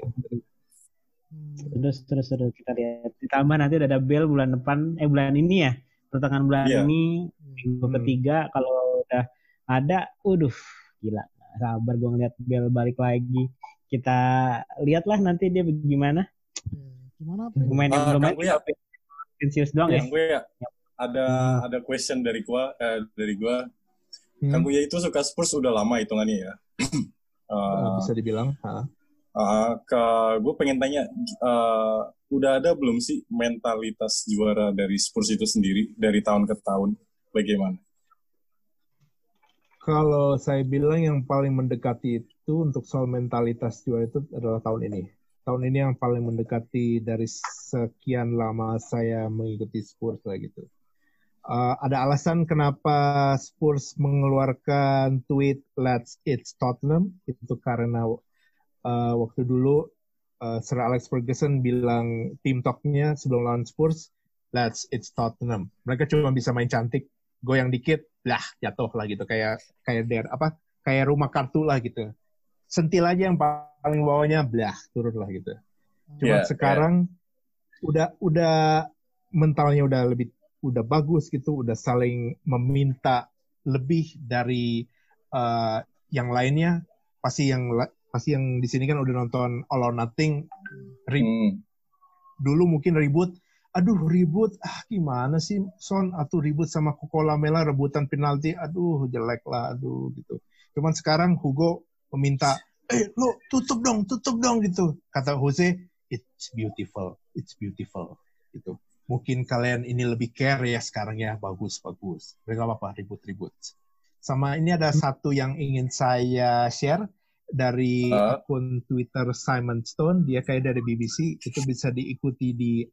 Terus kita lihat. Ditambah nanti ada Bell bulan depan, bulan ini ya, pertengahan bulan ini minggu ketiga kalau udah ada, gila. Sabar gue ngeliat Bell balik lagi. Kita lihatlah nanti dia bagaimana. Gimana? Pemain yang belum main. Vinicius doang ya. Ada question dari gua. Kang Buya itu suka Spurs udah lama hitungannya ya. Bisa dibilang. Gue pengen tanya, udah ada belum sih mentalitas juara dari Spurs itu sendiri dari tahun ke tahun? Bagaimana? Kalau saya bilang yang paling mendekati itu untuk soal mentalitas juara itu adalah tahun ini. Tahun ini yang paling mendekati dari sekian lama saya mengikuti Spurs lah gitu. Ada alasan kenapa Spurs mengeluarkan tweet Let's It's Tottenham, itu karena waktu dulu Sir Alex Ferguson bilang tim talknya sebelum lawan Spurs, Let's It's Tottenham. Mereka cuma bisa main cantik, goyang dikit, jatuh lah gitu, kayak rumah kartu lah gitu. Sentil aja yang paling bawahnya, turun lah gitu. Cuma sekarang udah mentalnya udah bagus gitu, udah saling meminta lebih dari yang lainnya. Pasti yang di sini kan udah nonton All or Nothing. Dulu mungkin ribut gimana sih Son atau ribut sama Coco Lamela rebutan penalti, jelek lah, gitu. Cuman sekarang Hugo meminta, lu tutup dong gitu. Kata Jose, it's beautiful gitu. mungkin kalian ini lebih care ya sekarang ya, bagus. Mereka apa ribut-ribut. Sama ini ada satu yang ingin saya share dari akun Twitter Simon Stone, dia kayak dari BBC, itu bisa diikuti di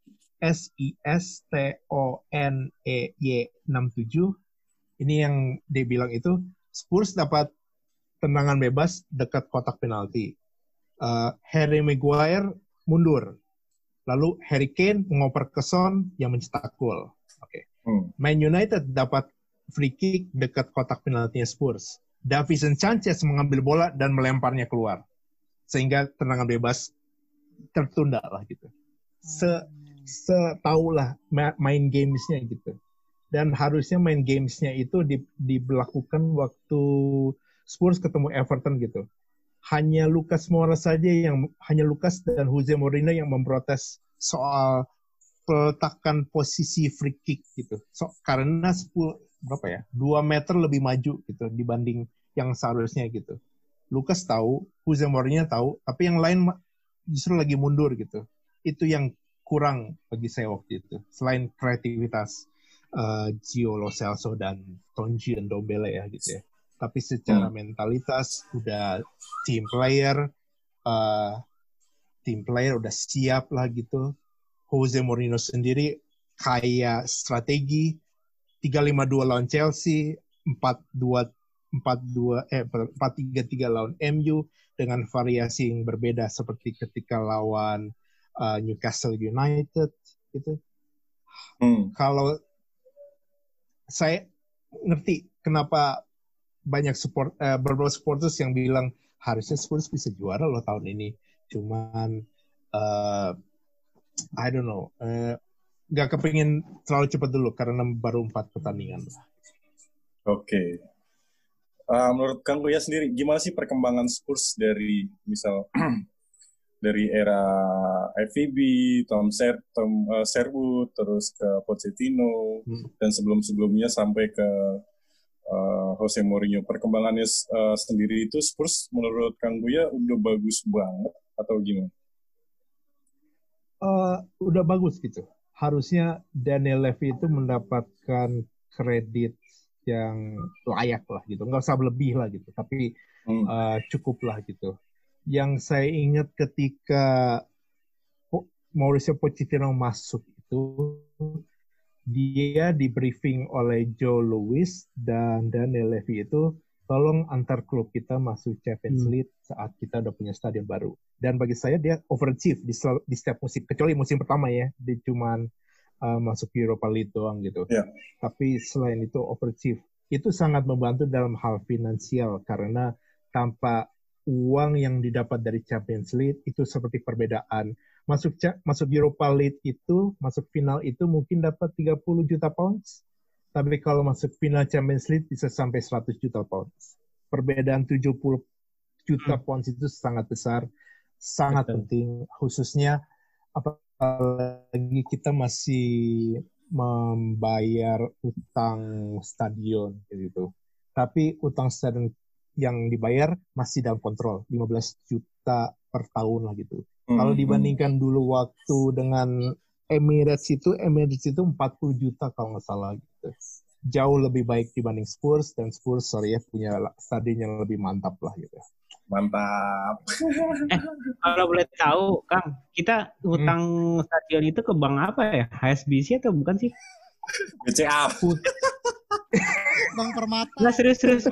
@SISTONEY67. Ini yang dia bilang itu, Spurs dapat tendangan bebas dekat kotak penalti. Harry Maguire mundur. Lalu Harry Kane mengoper ke Son yang mencetak gol. Oke. Man United dapat free kick dekat kotak penaltinya Spurs. Davinson Sanchez mengambil bola dan melemparnya keluar. Sehingga tendangan bebas tertunda lah gitu. Setaulah main gamesnya gitu. Dan harusnya main gamesnya itu diberlakukan waktu Spurs ketemu Everton gitu. Hanya Lucas Moura saja hanya Lucas dan Jose Mourinho yang memprotes soal peletakan posisi free kick gitu. Karena 2 meter lebih maju gitu dibanding yang seharusnya gitu. Lucas tahu, Jose Mourinho tahu, tapi yang lain justru lagi mundur gitu. Itu yang kurang bagi saya waktu itu. Selain kreativitas Gio Lo Celso dan Tonji Ndombele ya gitu ya. Tapi secara mentalitas udah team player udah siap lah gitu. Jose Mourinho sendiri kayak strategi 3-5-2 lawan Chelsea, 4-3-3 lawan MU dengan variasi yang berbeda seperti ketika lawan Newcastle United gitu. Kalau saya ngerti kenapa banyak beberapa supporters yang bilang harusnya Spurs bisa juara loh tahun ini. Cuman I don't know, nggak kepingin terlalu cepat dulu karena baru 4 pertandingan. Oke. Menurut Kang Buya sendiri, gimana sih perkembangan Spurs dari misal dari era FVB, Tom Sherwood, terus ke Pochettino, dan sebelumnya sampai ke Jose Mourinho. Perkembangannya sendiri itu Spurs menurut Kang Buya udah bagus banget atau gimana? Udah bagus gitu. Harusnya Daniel Levy itu mendapatkan kredit yang layak lah gitu. Nggak usah lebih lah gitu. Tapi cukup lah gitu. Yang saya ingat ketika Mauricio Pochettino masuk itu, dia di briefing oleh Joe Louis dan Daniel Levy itu, tolong antar klub kita masuk Champions League saat kita udah punya stadion baru. Dan bagi saya dia overachieve di setiap musim, kecuali musim pertama ya, dia cuman masuk Europa League doang gitu. Yeah. Tapi selain itu overachieve. Itu sangat membantu dalam hal finansial karena tanpa uang yang didapat dari Champions League itu seperti perbedaan. Masuk Europa League itu, masuk final itu mungkin dapat 30 juta pounds. Tapi kalau masuk final Champions League bisa sampai 100 juta pounds. Perbedaan 70 juta pounds itu sangat besar, sangat penting. Khususnya apalagi kita masih membayar utang stadion gitu. Tapi utang stadion yang dibayar masih dalam kontrol, 15 juta per tahun lah gitu. Kalau dibandingkan dulu waktu dengan Emirates itu 40 juta kalau nggak salah gitu. Jauh lebih baik dibanding Spurs, dan Spurs punya stadion yang lebih mantap lah gitu. Mantap. Kalau boleh tahu, Kang, kita utang stadion itu ke bank apa ya? HSBC atau bukan sih? BCA. Bank Permata. Nggak serius.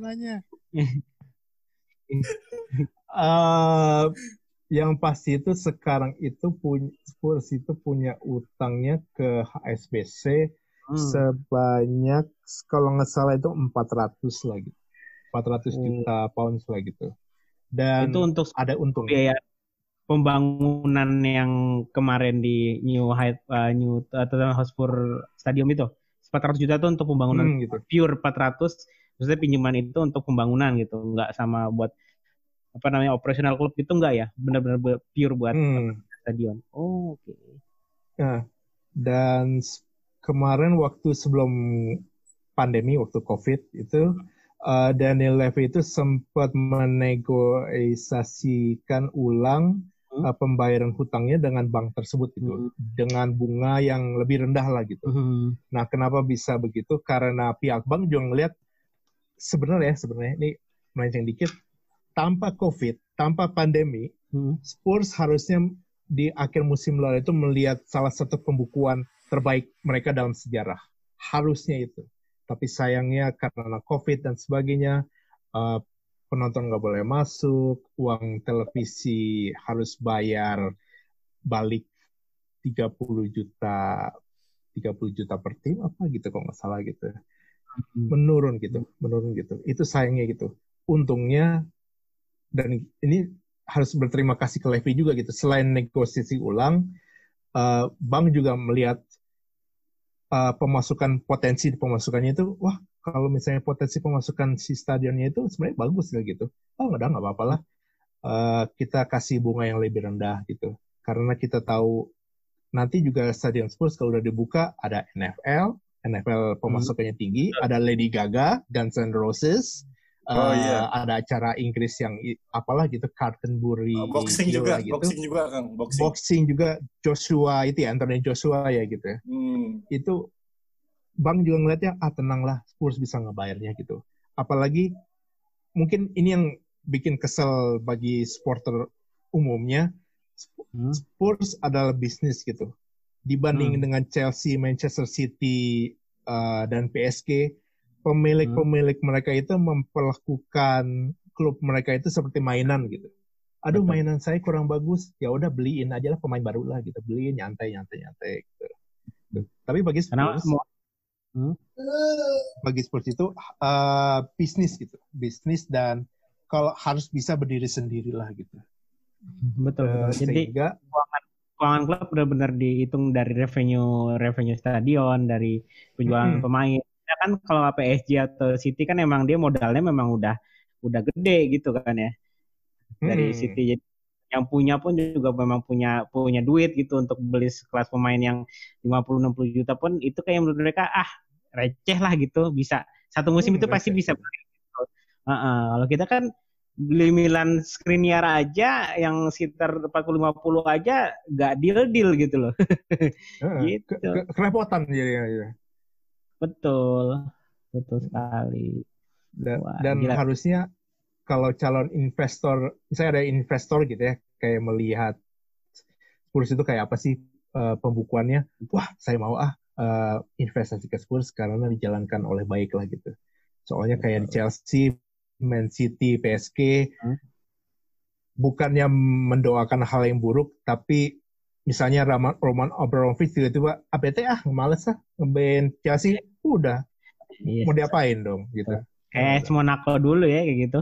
Yang pasti itu sekarang itu Spurs itu punya utangnya ke HSBC sebanyak kalau nggak salah itu 400 lah gitu. 400 juta pounds lah gitu. Dan itu untuk ada untung. Biaya pembangunan yang kemarin di Tottenham Hotspur Stadium itu 400 juta itu untuk pembangunan gitu. Pure 400, maksudnya pinjaman itu untuk pembangunan gitu, nggak sama buat operasional klub itu enggak ya, benar-benar pure buat stadion. Oke. Nah, dan kemarin waktu sebelum pandemi, waktu COVID itu Daniel Levy itu sempat menegosiasikan ulang pembayaran hutangnya dengan bank tersebut gitu, dengan bunga yang lebih rendah lah gitu. Nah, kenapa bisa begitu? Karena pihak bank juga ngelihat sebenarnya ini melenceng dikit, tanpa COVID, tanpa pandemi, Spurs harusnya di akhir musim lalu itu melihat salah satu pembukuan terbaik mereka dalam sejarah. Harusnya itu. Tapi sayangnya karena COVID dan sebagainya, penonton nggak boleh masuk, uang televisi harus bayar balik 30 juta per tim apa gitu kalau nggak salah gitu. Menurun gitu. Itu sayangnya gitu. Untungnya, dan ini harus berterima kasih ke Levy juga gitu. Selain negosiasi ulang, bank juga melihat potensi pemasukannya itu, wah kalau misalnya potensi pemasukan si stadionnya itu sebenarnya bagus gitu. Oh nggak apa-apa lah. Kita kasih bunga yang lebih rendah gitu. Karena kita tahu nanti juga Stadion Spurs kalau udah dibuka ada NFL pemasukannya tinggi, ada Lady Gaga, Guns N' Roses, ada acara Inggris yang apalah gitu, Carltonbury, boxing juga Kang, boxing juga Joshua itu ya, Anthony Joshua ya gitu. Itu bank juga ngeliatnya, tenanglah Spurs bisa ngebayarnya gitu. Apalagi mungkin ini yang bikin kesel bagi supporter umumnya, Spurs adalah bisnis gitu. Dibanding dengan Chelsea, Manchester City, dan PSG, pemilik mereka itu memperlakukan klub mereka itu seperti mainan gitu. Aduh, mainan saya kurang bagus, ya udah beliin aja lah pemain baru lah gitu, beliin nyantai gitu. Tapi bagi Spurs itu bisnis gitu, bisnis, dan kalau harus bisa berdiri sendiri lah gitu. Betul. Jadi keuangan klub benar-benar dihitung dari revenue stadion, dari penjualan pemain. Ya kan kalau PSG atau City kan emang dia modalnya memang udah gede gitu kan ya. Dari City, jadi yang punya pun juga memang punya duit gitu untuk beli kelas pemain yang 50-60 juta pun itu kayak menurut mereka receh lah gitu, bisa satu musim itu pasti bisa beli gitu. Kalau kita kan beli Milan Skriniar aja yang sekitar 40-50 aja gak deal gitu loh. Gitu. Kerepotan jadi. Betul sekali. Dan harusnya kalau calon investor, misalnya ada investor gitu ya, kayak melihat Spurs itu kayak apa sih pembukuannya, wah saya mau investasi ke Spurs karena dijalankan oleh baik lah gitu. Soalnya kayak di Chelsea, Man City, PSG, bukannya mendoakan hal yang buruk, tapi misalnya Roman Abramovich tiba-tiba males meben Chelsea, udah mau diapain dong gitu. Kayak Monaco dulu ya kayak gitu.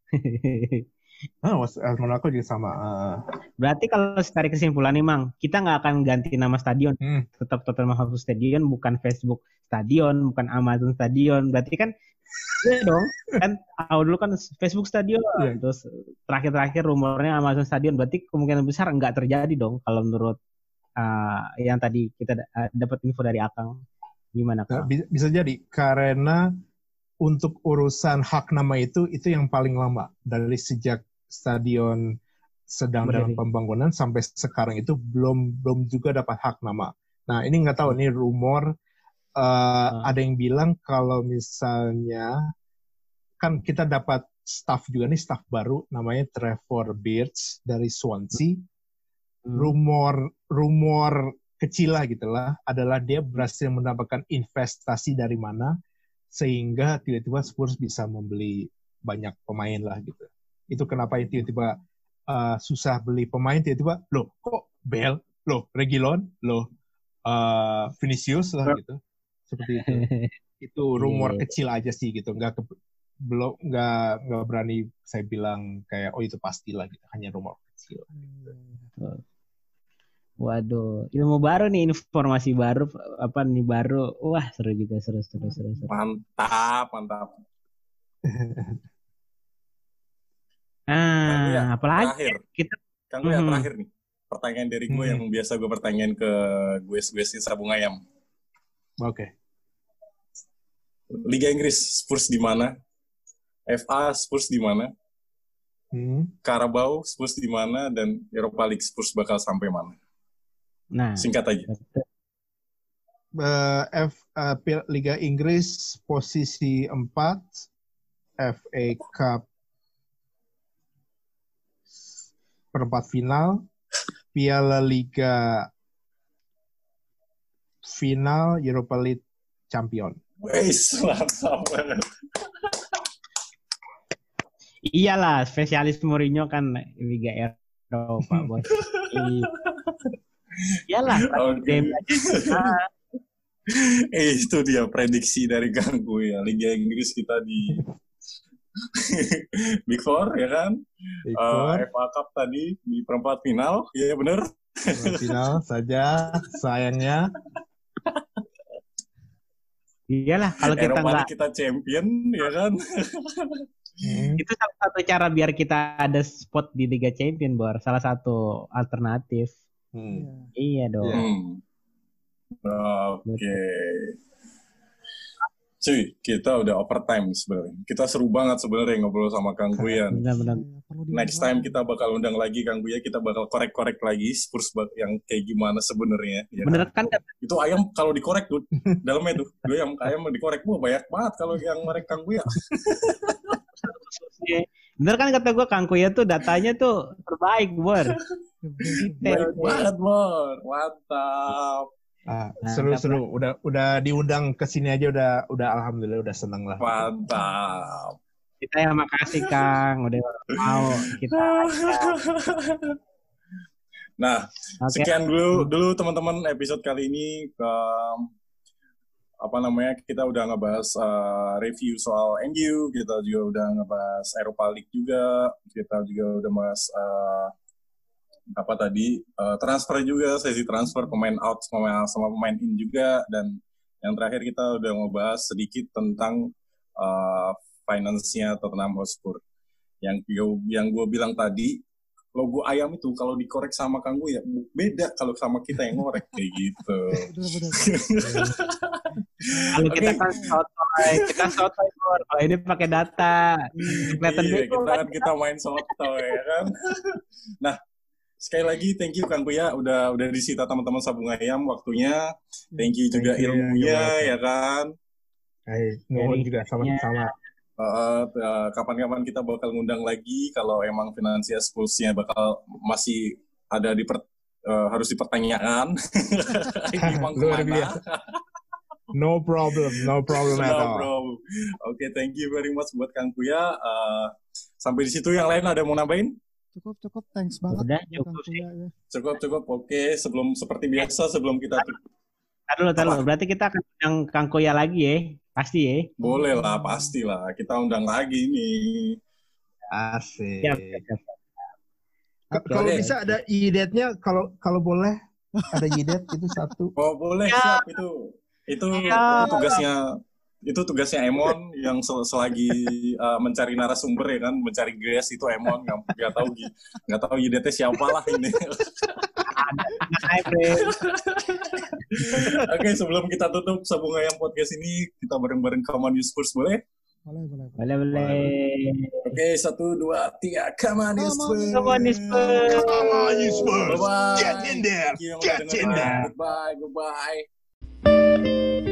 Monaco juga sama. Berarti kalau tarik kesimpulan nih Mang, kita nggak akan ganti nama stadion, tetap Tottenham Hotspur Stadion, bukan Facebook Stadion, bukan Amazon Stadion. Berarti kan dong, kan dulu kan Facebook Stadion, terus terakhir rumornya Amazon Stadion. Berarti kemungkinan besar nggak terjadi dong kalau menurut yang tadi kita dapat info dari Akang. Gimana Kang? Bisa jadi karena untuk urusan hak nama itu yang paling lama dari sejak stadion sedang dalam pembangunan sampai sekarang itu belum juga dapat hak nama. Nah ini nggak tahu, ini rumor ada yang bilang kalau misalnya kan kita dapat staff baru namanya Trevor Birch dari Swansea. Rumor kecil lah gitulah adalah dia berhasil mendapatkan investasi dari mana sehingga tiba-tiba Spurs bisa membeli banyak pemain lah gitu. Itu kenapa tiba-tiba susah beli pemain, tiba-tiba loh kok Bale, loh Reguilon, loh Vinicius lah gitu. Seperti itu. Itu rumor kecil aja sih gitu. Nggak berani saya bilang kayak itu pastilah gitu. Hanya rumor kecil. Gitu. Waduh, ilmu baru nih, informasi baru baru. Wah, seru juga, seru. Mantap. Apalagi terakhir nih. Pertanyaan dari gue yang biasa gue pertanyaan ke gue Sabung Ayam. Oke. Liga Inggris Spurs di mana? FA Spurs di mana? Carabao Spurs di mana, dan Europa League Spurs bakal sampai mana? Nah, singkat aja. Liga Inggris posisi 4, FA Cup perempat final, Piala Liga final, Europa League champion. Wes, mantap banget. Iyalah, spesialis Mourinho kan Liga Eropa, bos. Iyalah, okay. Itu dia prediksi dari Ganggu ya. Liga Inggris kita di Big Four ya kan. FA Cup tadi di perempat final, ya benar. Final saja sayangnya. Iyalah, kalau kita nggak kita champion ya kan. Itu salah satu cara biar kita ada spot di Liga Champion, Bor. Salah satu alternatif. Iya dong. Oke. Cuy, kita udah overtime sebenarnya. Kita seru banget sebenarnya ngobrol sama Kang Guyan. Benar-benar. Next time kita bakal undang lagi Kang Guyan, kita bakal korek-korek lagi Spurs yang kayak gimana sebenarnya. Ya. Bener kan? Itu ayam kalau dikorek tuh, dalamnya tuh, ayam dikorek, banyak banget kalau yang merek Kang Guyan. Bener kan kata gue, Kang Kuya tuh datanya tuh terbaik, Bor. Baik banget, Bor. Mantap. Seru-seru. Udah diundang ke sini aja udah alhamdulillah udah seneng lah. Mantap. Kita yang makasih, Kang, udah mau kita. Nah, sekian dulu teman-teman episode kali ini. Kita udah ngebahas review soal MU, kita juga udah ngebahas Europa League juga, kita juga udah bahas transfer juga, sesi transfer pemain out sama pemain in juga, dan yang terakhir kita udah ngebahas sedikit tentang finance-nya Tottenham Hotspur. Yang gue bilang tadi, logo ayam itu kalau dikorek sama Kang Gu ya beda kalau sama kita yang ngorek kayak gitu. Kalau kita kan sotoy, kalau ini pakai data. Kita main sotoy ya kan. Nah, sekali lagi thank you Kang Gu ya udah disita teman-teman Sabung Ayam waktunya. Thank you juga ilmunya ya kan. Nuhun juga sama-sama. Kapan-kapan kita bakal ngundang lagi kalau emang finansial Spurs-nya bakal masih ada harus dipertanyakan. Luar biasa. No problem at all. Oke, thank you very much buat Kang Kuya. Sampai di situ, yang lain ada mau nambahin? Cukup, thanks banget. Udah, cukup. Oke, seperti biasa sebelum kita Taruh. Berarti kita akan undang Kang Kuya lagi ya? Pasti ya? Boleh lah, pastilah. Kita undang lagi nih. Asik. Siap. Kalau bisa ada idet-nya, kalau boleh ada idet itu satu. Oh, boleh, siap itu tugasnya Emon yang selagi mencari narasumber ya kan, mencari guest itu Emon, nggak tahu idetnya siapa lah ini. Oke, sebelum kita tutup Sabung Ayam podcast ini, kita bareng-bareng Come On You Spurs, boleh? Boleh. Oke, 1, 2, 3, Come On You Spurs. Bye-bye. Get in there. Goodbye.